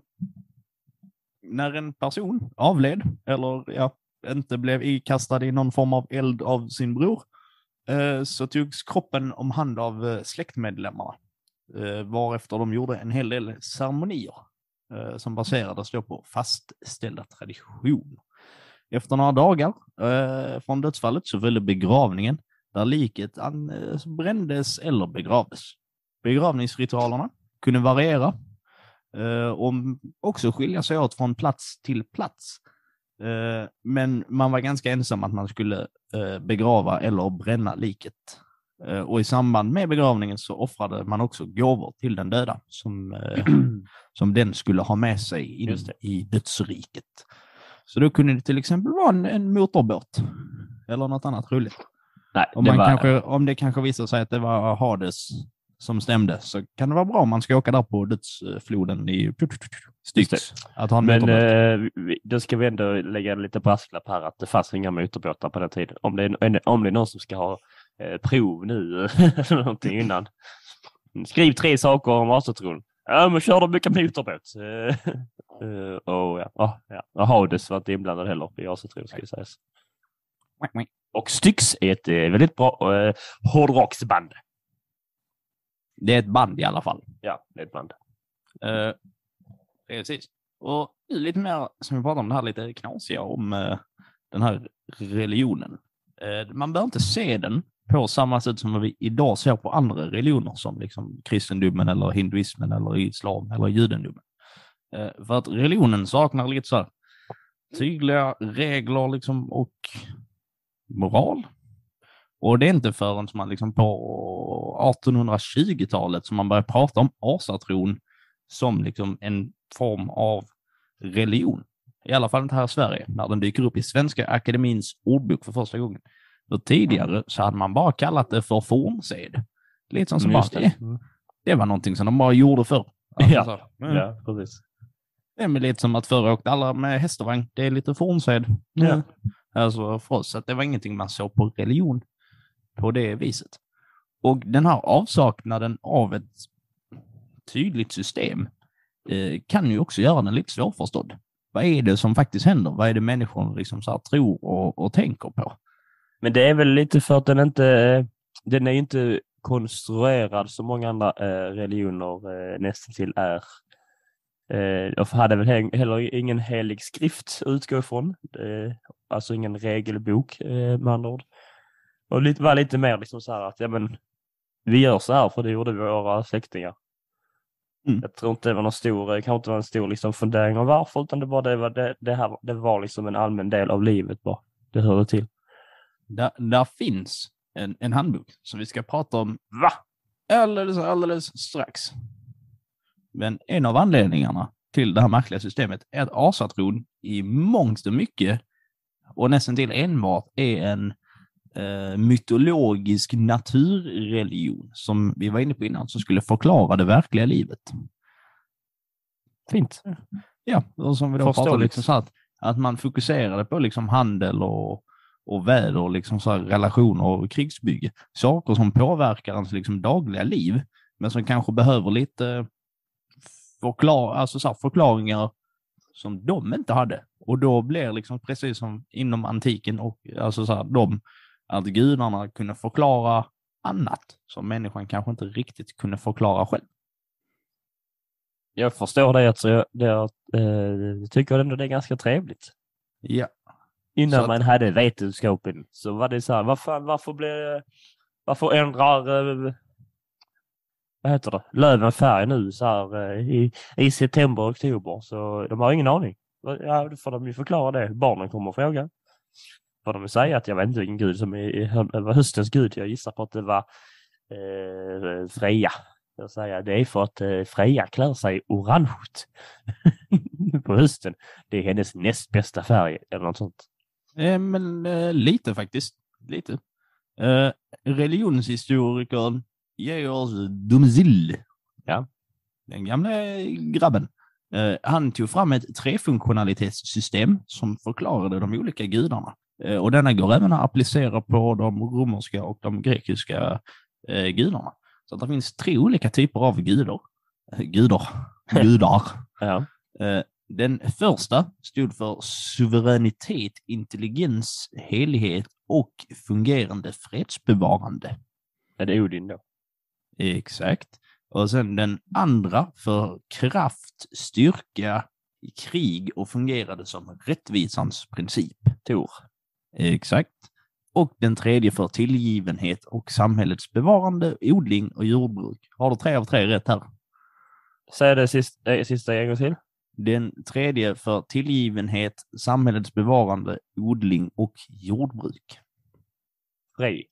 en person avled eller inte blev ikastad i någon form av eld av sin bror, så togs kroppen om hand av släktmedlemmarna. Varefter de gjorde en hel del ceremonier som baserades då på fastställda traditioner. Efter några dagar från dödsfallet så följde begravningen, där liket brändes eller begravdes. Begravningsritualerna kunde variera och också skilja sig åt från plats till plats. Men man var ganska ensam att man skulle begrava eller bränna liket. Och i samband med begravningen så offrade man också gåvor till den döda som den skulle ha med sig in i dödsriket. Så då kunde det till exempel vara en motorbåt eller något annat roligt. Nej, Om det kanske visar sig att det var Hades som stämde, så kan det vara bra om man ska åka där på dödsfloden i Styx. Att ha en motorbåt. Då ska vi ändå lägga lite brasklapp här att det fanns inga motorbåtar på den tiden. Om det är någon som ska ha prov nu eller någonting innan. Skriv 3 saker om asatron. Ja, men kör de mycket motorbåt. Och Hades var inte inblandad heller i asatron, ska det sägas. Och Styx är ett väldigt bra hårdrocksband. Det är ett band i alla fall. Ja, det är ett band. Precis. Och lite mer som vi pratar om det här lite knasiga om den här religionen. Man bör inte se den på samma sätt som vi idag ser på andra religioner som liksom kristendomen eller hinduismen eller islam eller judendomen. För att religionen saknar lite så här tydliga regler liksom och moral. Och det är inte förrän man liksom på 1820-talet som man börjar prata om asatron som liksom en form av religion. I alla fall inte här i Sverige, när den dyker upp i Svenska Akademins ordbok för första gången. Och tidigare så hade man bara kallat det för fornsed. Lite som bara, det var någonting som de bara gjorde förr. Alltså, ja, precis. Det är lite som att förr åkte alla med hästvagn. Det är lite fornsed. Ja. Alltså för oss, att det var ingenting man såg på religion på det viset. Och den här avsaknaden av ett tydligt system kan ju också göra den lite svårförstådd. Vad är det som faktiskt händer? Vad är det människor liksom så här tror och tänker på? Men det är väl lite för att den är inte konstruerad som många andra religioner nästan till är. Och hade väl heller ingen helig skrift att utgå ifrån. Alltså ingen regelbok med andra ord. Och var lite mer liksom så här att vi gör så här för det gjorde våra släktingar. Jag tror inte det var någon stor liksom fundering om varför, utan det var liksom en allmän del av livet bara. Det hörde till. Där finns en handbok som vi ska prata om alldeles strax. Men en av anledningarna till det här märkliga systemet är att asatron i mångt och mycket och nästan till enbart är en mytologisk naturreligion som vi var inne på innan, som skulle förklara det verkliga livet. Fint. Ja, och som vi då pratade liksom så att man fokuserade på liksom handel och väder och liksom så här relationer och krigsbygge. Saker som påverkar ens liksom dagliga liv, men som kanske behöver lite förklaringar som de inte hade. Och då blir liksom precis som inom antiken och alltså så här, att gudarna kunde förklara annat som människan kanske inte riktigt kunde förklara själv. Jag förstår det, alltså, jag tycker ändå det är ganska trevligt. Ja. Innan man hade vetenskapen så var det så här, varför ändrar vad heter det, löven färg nu så här i september och oktober, så de har ingen aning. Ja, då får de ju förklara det. Barnen kommer att fråga. Får de säga att jag vet inte vilken gud som var höstens gud. Jag gissar på att det var Freja. Jag säger det är för att Freja klär sig orange på hösten. Det är hennes näst bästa färg eller något sånt. Men lite faktiskt. Lite. Religionshistorikern Georg Dumzil. Ja. Den gamla grabben. Han tog fram ett trefunktionalitetssystem som förklarade de olika gudarna. Och denna går även att applicera på de romerska och de grekiska gudarna. Så att det finns 3 olika typer av gudar. Ja. Den första stod för suveränitet, intelligens, helighet och fungerande fredsbevarande. Är det Odin då? Exakt. Och sen den andra för kraft, styrka, krig och fungerade som rättvisans princip. Tor. Exakt. Och den tredje för tillgivenhet och samhällets bevarande, odling och jordbruk. Har du 3 av 3 rätt här? Säg det sista en gång till. Den tredje för tillgivenhet, samhällets bevarande, odling och jordbruk. Frej.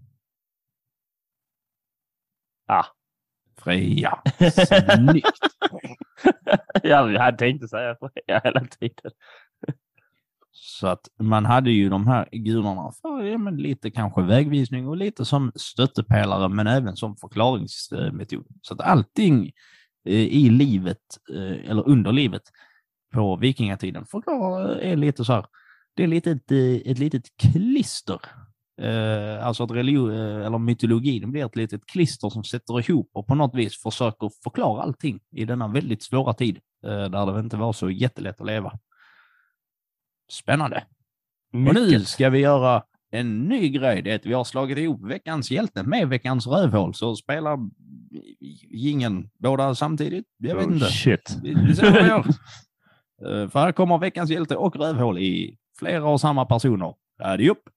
Freja. Snyggt. Jag hade tänkt säga Freja hela tiden. Så att man hade ju de här gudarna för lite kanske vägvisning och lite som stöttepelare, men även som förklaringsmetod. Så att allting i livet eller under livet på vikingatiden är lite så här, det är lite ett litet klister. Alltså att religion eller mytologin blir ett litet klister som sätter ihop och på något vis försöker förklara allting i denna väldigt svåra tid där det inte var så jättelätt att leva. Spännande. Mycket. Och nu ska vi göra en ny grej. Det är att vi har slagit ihop veckans hjälte med veckans rövhål. Så spelar jingeln båda samtidigt. Jag vet inte. Shit. Vi ser vad vi gör. För här kommer veckans hjälte och rövhål i flera och samma personer. Addi upp!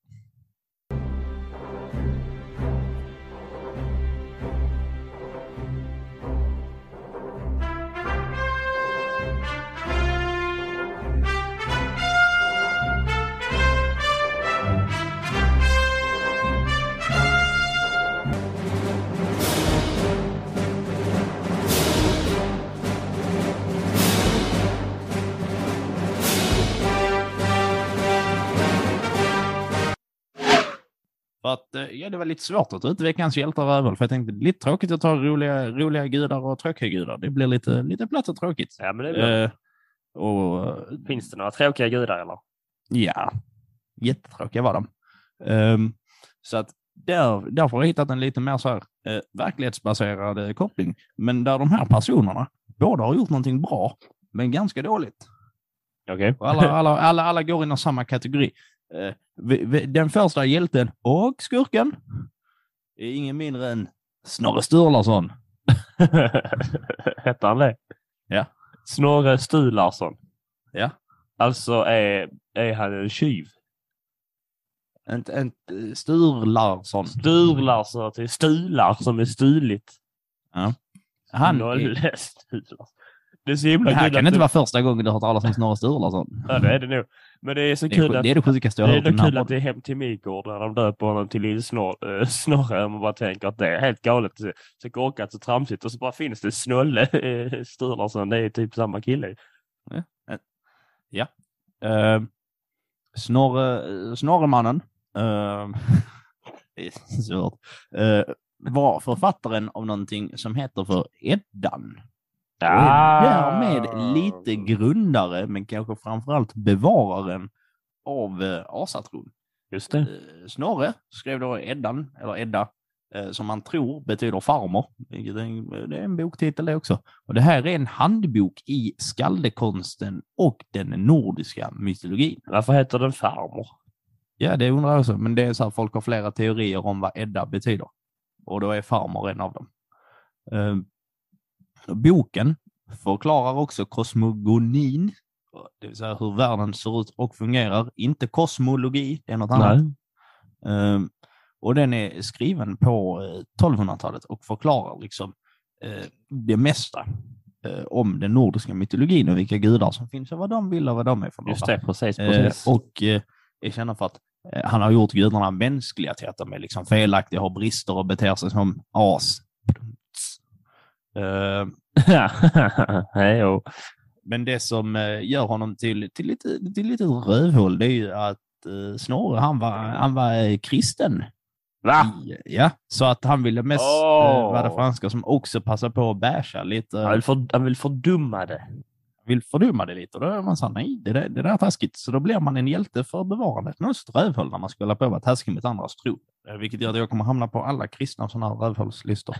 För att det var lite svårt att ta ut veckans hjältar och rövhål. För jag tänkte lite tråkigt att ta roliga gudar och tråkiga gudar. Det blir lite platt och tråkigt. Ja, men det är och finns det några tråkiga gudar eller? Ja, jättetråkiga var de. Så att därför har jag hittat en lite mer så här verklighetsbaserad koppling. Men där de här personerna båda har gjort någonting bra, men ganska dåligt. Okej. Okay. Alla går inom samma kategori. Den första hjälten och skurken är ingen mindre än Snorre Sturlason. Hette han det? Ja. Snorre Sturlason. Ja. Alltså är han en tjuv? En Sturlason. Sturlason till stular som är stuligt. Ja. Det är så himla det här kul kan inte vara första gången du har talat om Snorre Sturlason. Ja, det är det nog. Men det är så kul att det är det sjukaste jag har hört. Det är kul att det är Hem till Midgård när de döper honom till Lill-Snorre. Man bara tänker att det är helt galet. Så korkat och tramsigt. Och så bara finns det Snolle Sturlason. Det är typ samma kille. Ja. Snorremannen det är svårt. Var författaren av någonting som heter för Eddan. Därmed lite grundare, men kanske framförallt bevararen av asatron. Just det. Snorre skrev då Eddan, eller Edda, som man tror betyder farmer. Det är en boktitel det också. Och det här är en handbok i skaldekonsten och den nordiska mytologin. Varför heter den farmer? Ja, det undrar jag också. Men det är så här, folk har flera teorier om vad Edda betyder. Och då är farmor en av dem. Boken förklarar också kosmogonin, det vill säga hur världen ser ut och fungerar. Inte kosmologi, det är något annat. Och den är skriven på 1200-talet och förklarar liksom det mesta om den nordiska mytologin och vilka gudar som finns och vad de vill och vad de är för några. Just det, precis. Och jag känner för att han har gjort gudarna mänskliga till att de är liksom felaktiga, har brister och beter sig som as. Men det som gör honom till lite rövhål, det är ju att Snorre, han var kristen. Va? Ja, så att han ville mest vara franska som också passar på att bärsa lite. Han vill fördumma det. Vill fördumma det lite. Och då är man så här, nej, det där är taskigt. Så då blir man en hjälte för bevarandet. Något rövhåll när man skulle på att vara taskig med andras tro. Vilket gör att jag kommer hamna på alla kristna sådana här rövhållslistor.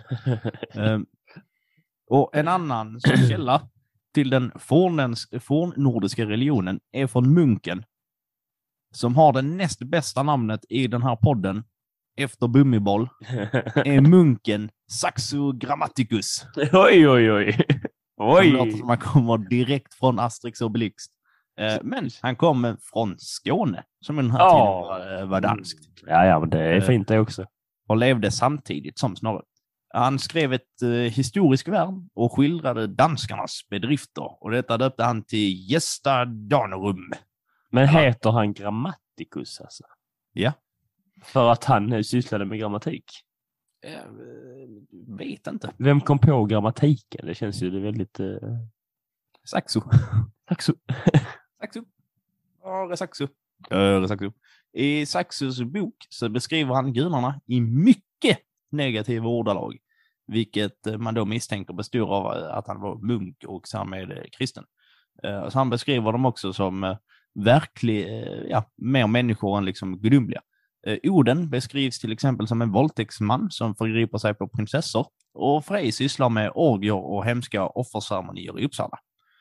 Och en annan källa till den fornnordiska religionen är från munken, som har det näst bästa namnet i den här podden efter Bummiboll, är munken Saxo Grammaticus. Oj. Som låter som man kommer direkt från Asterix och Obelix. Men han kom från Skåne, som i den här tiden var danskt. Ja, men det är fint det också. Och levde samtidigt som Snorre. Han skrev ett historiskt verk och skildrade danskarnas bedrifter. Och detta döpte han till Gesta Danorum. Men heter han Grammaticus alltså? Ja. För att han sysslade med grammatik? Jag vet inte. Vem kom på grammatiken? Det känns ju väldigt... Saxo. I Saxos bok så beskriver han gudarna i mycket negativa ordalag, vilket man då misstänker består av att han var munk och med kristen. Så han beskriver dem också som mer människor än liksom gudomliga. Oden beskrivs till exempel som en våldtäktsman som förgriper sig på prinsessor, och Frej sysslar med orgier och hemska offerceremonier i Uppsala.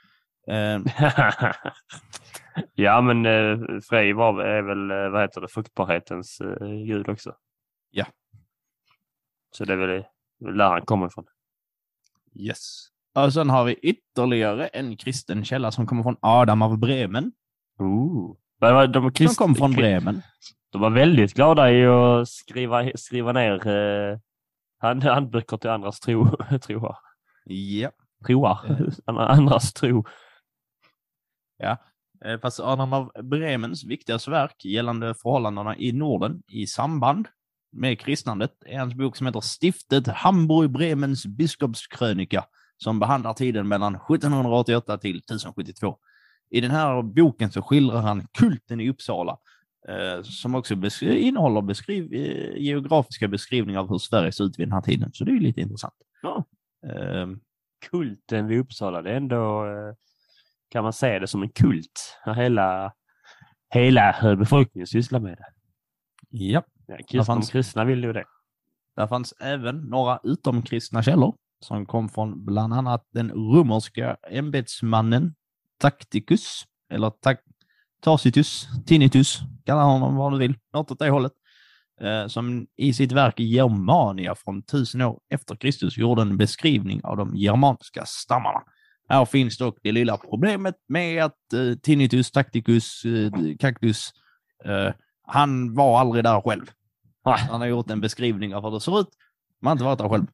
Ja, men Frej är väl, vad heter det, fruktbarhetens gud också. Ja. Så det är väl där han kommer ifrån. Yes. Och sen har vi ytterligare en kristen källa som kommer från Adam av Bremen. Som kom från Bremen. De var väldigt glada i att skriva ner handböcker till andras troar. Ja. Andras tro. Ja. Fast Adam av Bremens viktigaste verk gällande förhållandena i Norden i samband med kristnandet är hans bok som heter Stiftet Hamburg-Bremens biskopskrönika, som behandlar tiden mellan 1788 till 1072. I den här boken så skildrar han kulten i Uppsala, som också innehåller geografiska beskrivningar av hur Sverige ser ut vid den här tiden. Så det är ju lite intressant. Ja. Kulten vid Uppsala, det är ändå, kan man säga det som en kult. Hela befolkningen sysslar med det. Ja. Kristna vill ju det. Där fanns även några utomkristna källor som kom från bland annat den romerska ämbetsmannen Tacitus, eller Tacitus, Tinnitus, kalla honom vad du vill, något åt det hållet, som i sitt verk Germania från 1000 år efter Kristus gjorde en beskrivning av de germanska stammarna. Här finns dock det lilla problemet med att Tinnitus, Tacitus, Cactus, han var aldrig där själv. Han har gjort en beskrivning av hur det ser ut. Man har inte varit där själv.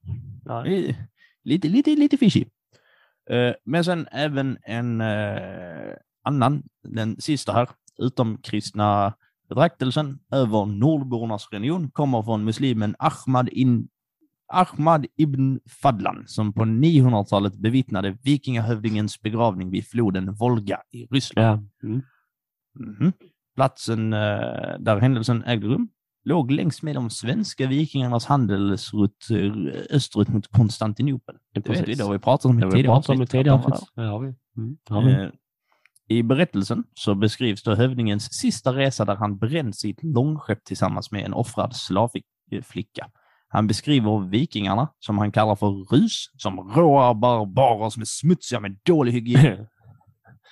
Lite fishy. Men sen även en annan, den sista här, utomkristna betraktelsen över nordbornas religion kommer från muslimen Ahmad ibn Fadlan, som på 900-talet bevittnade vikingahövdingens begravning vid floden Volga i Ryssland. Ja. Platsen där händelsen ägde rum låg längs med de svenska vikingarnas handelsrutt österut mot Konstantinopel. Det vet vi, då vi pratat om i tidigare. I berättelsen så beskrivs då hövdingens sista resa där han bränns i ett långskepp tillsammans med en offrad slavflicka. Han beskriver vikingarna, som han kallar för rus, som råa barbarer som är smutsiga med dålig hygien.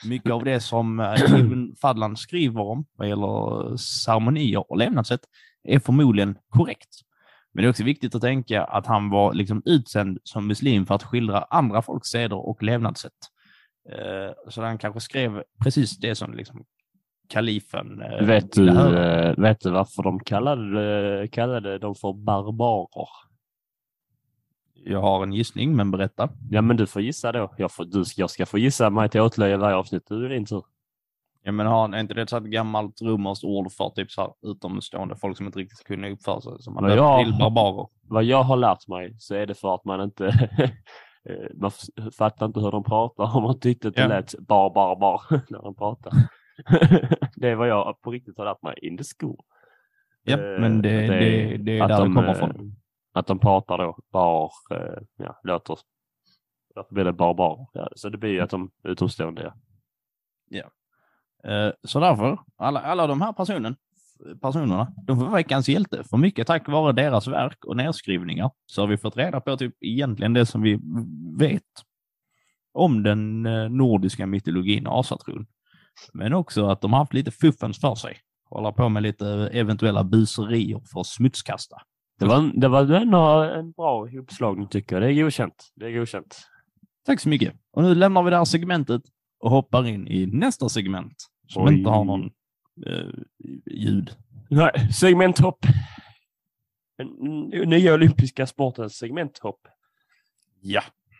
mycket av det som Ibn Fadlan skriver om vad gäller ceremonier och levnadssätt är förmodligen korrekt. Men det är också viktigt att tänka att han var liksom utsänd som muslim för att skildra andra folks seder och levnadssätt. Så han kanske skrev precis det som liksom kalifen... Vet du varför de kallade dem för barbarer? Jag har en gissning, men berätta. Ja, men du får gissa då. Jag ska få gissa mig till åtlöje varje avsnitt. Du är din tur. Ja, men är inte det ett gammalt romerskt ord för typ så här utomstående folk som inte riktigt kunde uppföra sig som man döpte till barbarer? Vad jag har lärt mig så är det för att man inte man fattar inte hur de pratar om man tyckte att det lät bar när de pratar. Det är vad jag på riktigt har lärt mig in the school. Ja, men det är där det kommer från. Att de pratar då låter. Därför blir det barbar. Ja, så det blir ju att de utomstående. Ja. Så därför, alla de här personerna, de får veckans hjälte. För mycket tack vare deras verk och nedskrivningar så har vi fått reda på typ egentligen det som vi vet om den nordiska mytologin och asatron. Men också att de har haft lite fuffens för sig. Hålla på med lite eventuella buserier för att smutskasta. Det var ändå en bra uppslagning tycker jag. Det är godkänt. Tack så mycket. Och nu lämnar vi det här segmentet och hoppar in i nästa segment som inte har någon ljud. Nej, segmenthopp. Nya olympiska sportens segmenthopp. Ja.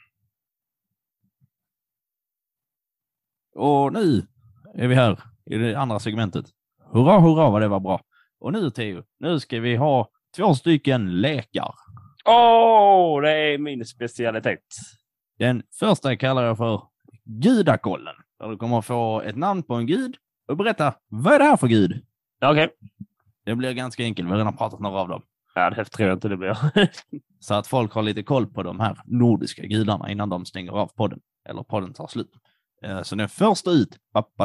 Och nu är vi här i det andra segmentet. Hurra vad det var bra. Och nu Theo, nu ska vi ha 2 stycken lekar. Det är min specialitet. Den första kallar jag för gudakollen. Där du kommer att få ett namn på en gud och berätta, vad är det här för gud? Okej. Det blir ganska enkelt, vi har redan pratat några av dem. Ja, det tror jag inte det blir. Så att folk har lite koll på de här nordiska gudarna innan de stänger av podden. Eller podden tar slut. Så den första ut.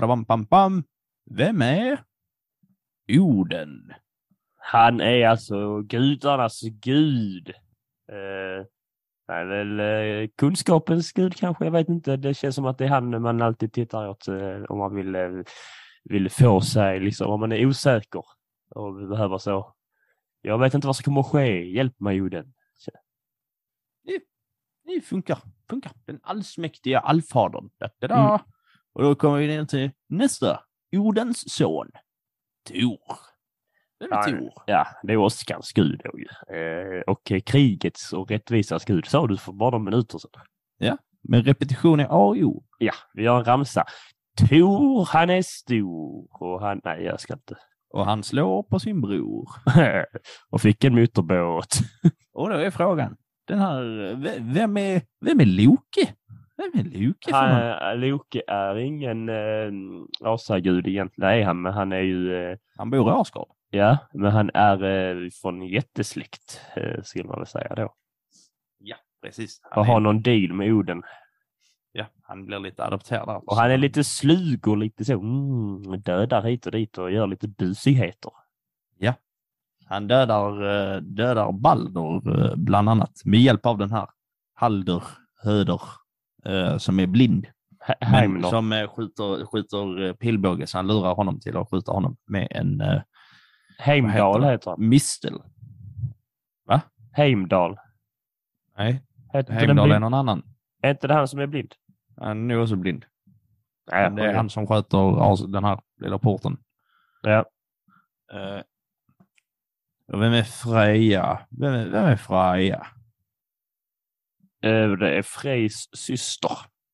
Vem är Oden? Han är alltså gudarnas gud. Han är väl kunskapens gud kanske, jag vet inte. Det känns som att det är han man alltid tittar åt om man vill få sig, liksom, om man är osäker och behöver så. Jag vet inte vad som kommer att ske. Hjälp mig, Oden. Det funkar. Den allsmäktiga allfadern. Och då kommer vi ner till nästa. Odens son. Tor. Vem är Tor? Ja, det är Oskars gud då ju. Och krigets och rättvisans gud. Sa du för bara några minuter sedan. Ja, men repetition är A och O. Ja, vi har en ramsa. Tor, han är stor. Och han, nej jag ska inte. Och han slår på sin bror. Och fick en motorbåt. Och då är frågan. Den här, vem är Loke? Vem är Loke? Loke är ingen asagud egentligen. Nej, men han är ju... han bor i Asgard. Ja, men han är från jättesläkt, skulle man väl säga då. Ja, precis. Han har någon deal med Oden. Ja, han blir lite adopterad. Och han är lite slug och lite så dödar hit och dit och gör lite busigheter. Ja, han dödar Balder bland annat med hjälp av den här Halder Höder som är blind. Men som skjuter pilbåge, så han lurar honom till att skjuta honom med en Heimdall heter han. Mistel. Va? Heimdall. Nej, Heimdall är någon annan. Är inte det han som är blind? Han är också blind. Nej, det är han som sköter den här lilla porten. Ja. Och vem är Freja? Vem är Freja? Det är Frejs syster.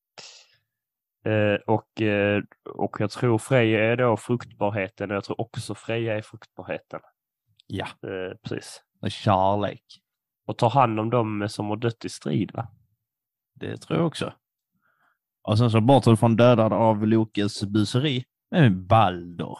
Och jag tror Freja är då fruktbarheten. Och jag tror också Freja är fruktbarheten. Ja. Precis. Och kärlek. Och tar hand om dem som har dött i strid, va? Det tror jag också. Och sen så bortsett från dödad av Lokes buseri. Vem är Balder?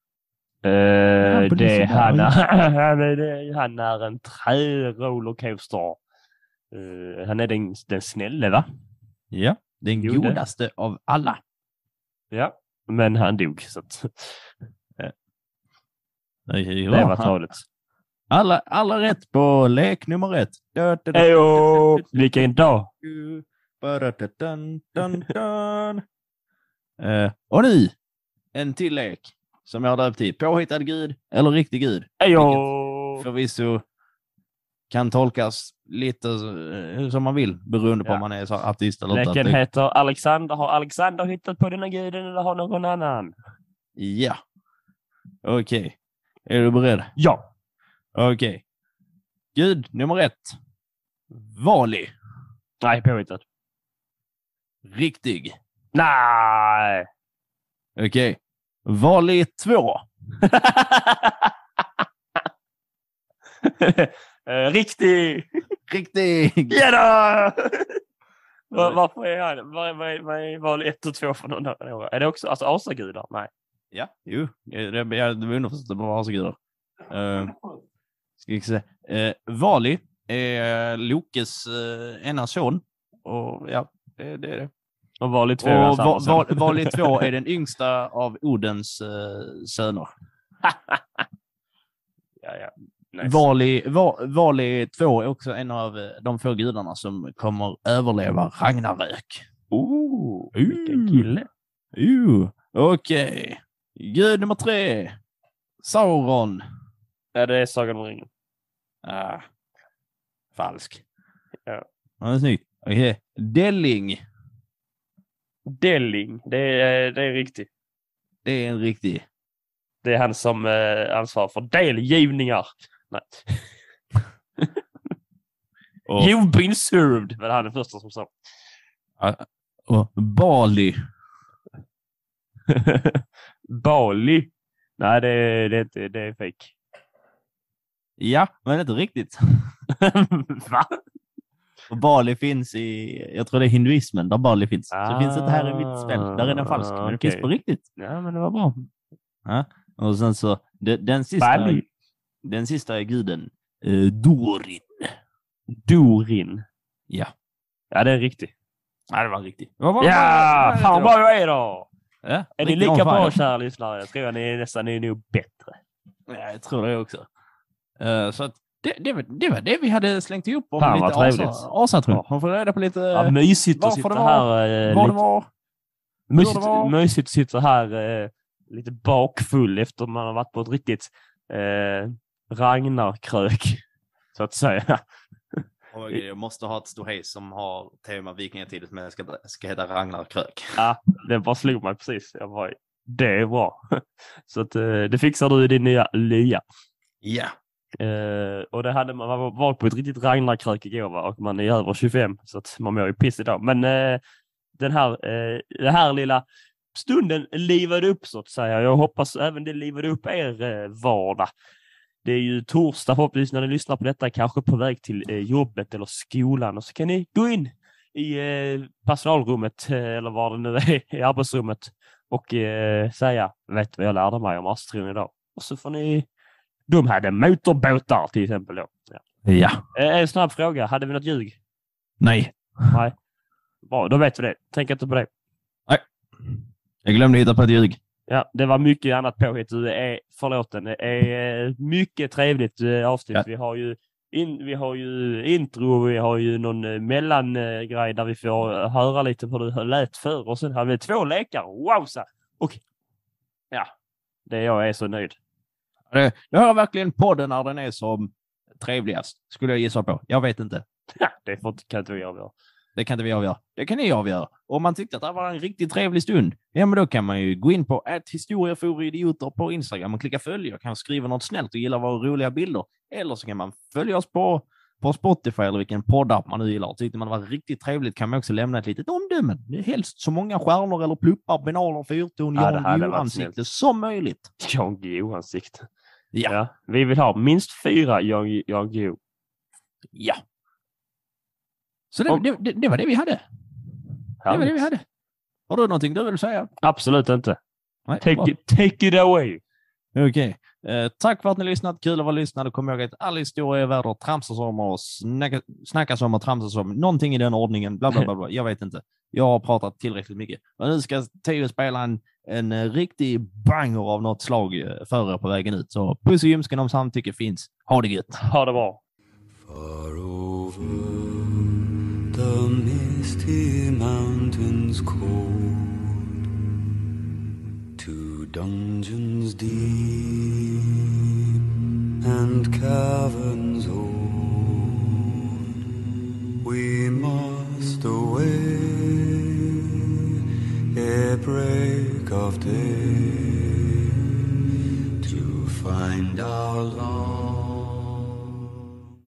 Han är en trä-rollercoaster. Han är den snälle, va? Ja, den godaste av alla. Ja, men han dog. Så att... Det var talet. Alla rätt på lek nummer 1. Ejo! Vilken dag! Och nu, en till lek som jag har döpt till påhittad gud eller riktig gud. Ejo! Förvisso kan tolkas lite som man vill beroende på om man är så artist eller inte. Leken heter Alexander. Har Alexander hittat på denna guden eller har någon annan? Ja. Okej. Är du beredd? Ja. Okej. Gud nummer 1. Vali. Nej, påhittat. Riktig. Nej. Okej. Vali 2. Riktig. Riktig. Ja då! Varför är han? Vad är val 1 och 2 för någon? Är det också alltså asagudar? Nej. Ja, jo. Det var underförstått att det var asagudar. Ska vi se. Vali är Lokes ena son. Och ja, det är det. Och Vali 2 och Vali 2 är den yngsta av Odens söner. Ja. Nice. Vali 2 är också en av de få gudarna som kommer överleva Ragnarök. Vilken kille. Okej. Gud nummer 3. Sauron. Ja, det är Sagan om ringen. Falsk. Ja. Ja, det är snyggt. Okej. Delling. Delling. Det är riktigt. Det är en riktig. Det är han som ansvarar för delgivningar. Nej. You've been served. Men han är den första som sa. Och Bali. Bali. Nej, det är fake. Ja, men inte riktigt. Va? Och Bali finns i, jag tror det är hinduismen där Bali finns. Så det finns inte här i mitt spel. Där är den falsk, men det finns på riktigt. Ja, men det var bra. Ja. Och sen så, den sista är guden Dorin. Dorin. Ja. Ja, det är riktigt. Ja, det var riktigt. Ja, fan vad jag är då. Ja, är ni lika bra, kära lyssnare? Jag tror att ni är nog bättre. Ja, jag tror det också. Så att det var det vi hade slängt ihop om fan, lite asatron. Man får reda på lite... Ja, mysigt att sitta här. Vad det var. Mysigt att sitta här lite bakfull efter man har varit på ett riktigt Ragnarkrök, så att säga. Jag måste ha ett ståhej som har tema vikingatid men ska heta Ragnarkrök. Ja, det bara slog mig precis. Jag bara, det är bra. Så att det fixar du i din nya lya. Ja. Och det hade man varit på ett riktigt Ragnarkrök igår, va? Och man är över 25 så att man mår ju piss idag. Men den här lilla stunden livade upp, så att säga. Jag hoppas även det livade upp er vardag. Det är ju torsdag förhoppningsvis när ni lyssnar på detta, kanske på väg till jobbet eller skolan, och så kan ni gå in i personalrummet eller vad det nu är i arbetsrummet och säga, vet vad jag lärde mig om astron idag. Och så får ni, de hade motorbåtar till exempel då. Ja. En snabb fråga, hade vi något ljug? Nej. Nej. Bra, då vet vi det. Tänk inte på det. Nej. Jag glömde hitta på ett ljug. Ja, det var mycket annat påhitt. Det är mycket trevligt avsnitt. Ja. Vi har ju intro, vi har ju någon mellangrej där vi får höra lite vad du lät för. Och sen har vi 2 lekar. Wowza! Och ja, jag är så nöjd. Det hör verkligen podden när den är som trevligast, skulle jag gissa på. Jag vet inte. Ja, det kan inte vi avgöra. Det kan inte vi avgöra. Det kan ni avgöra. Om man tyckte att det var en riktigt trevlig stund, ja, men då kan man ju gå in på @historieforidioter på Instagram och klicka följa och kan skriva något snällt och gilla våra roliga bilder. Eller så kan man följa oss på Spotify eller vilken poddapp man nu gillar. Tyckte man det var riktigt trevligt kan man också lämna ett litet omdöme. Det är helst så många stjärnor eller pluppar, binaler, fyrton, Jan Guillou-ansikte som möjligt. Jan Guillou-ansikte. Ja. Vi vill ha minst 4 Jan Guillou. Ja. Så det var det vi hade. Det var det vi hade. Har du någonting du vill säga? Absolut inte. Nej, take it away. Okej. Tack för att ni lyssnat. Kul att vara lyssnad. Kom ihåg att all historia är värd att tramsas om och snackas om och tramsas om. Någonting i den ordningen. Bla, bla, bla, bla. Jag vet inte. Jag har pratat tillräckligt mycket. Och nu ska Theo spela en riktig banger av något slag för er på vägen ut. Så puss och ljumsken om samtycke finns. Ha det gött. Ha det bra. Far over the misty mountains cold, dungeons deep and caverns old, we must away ere break of day to find our love.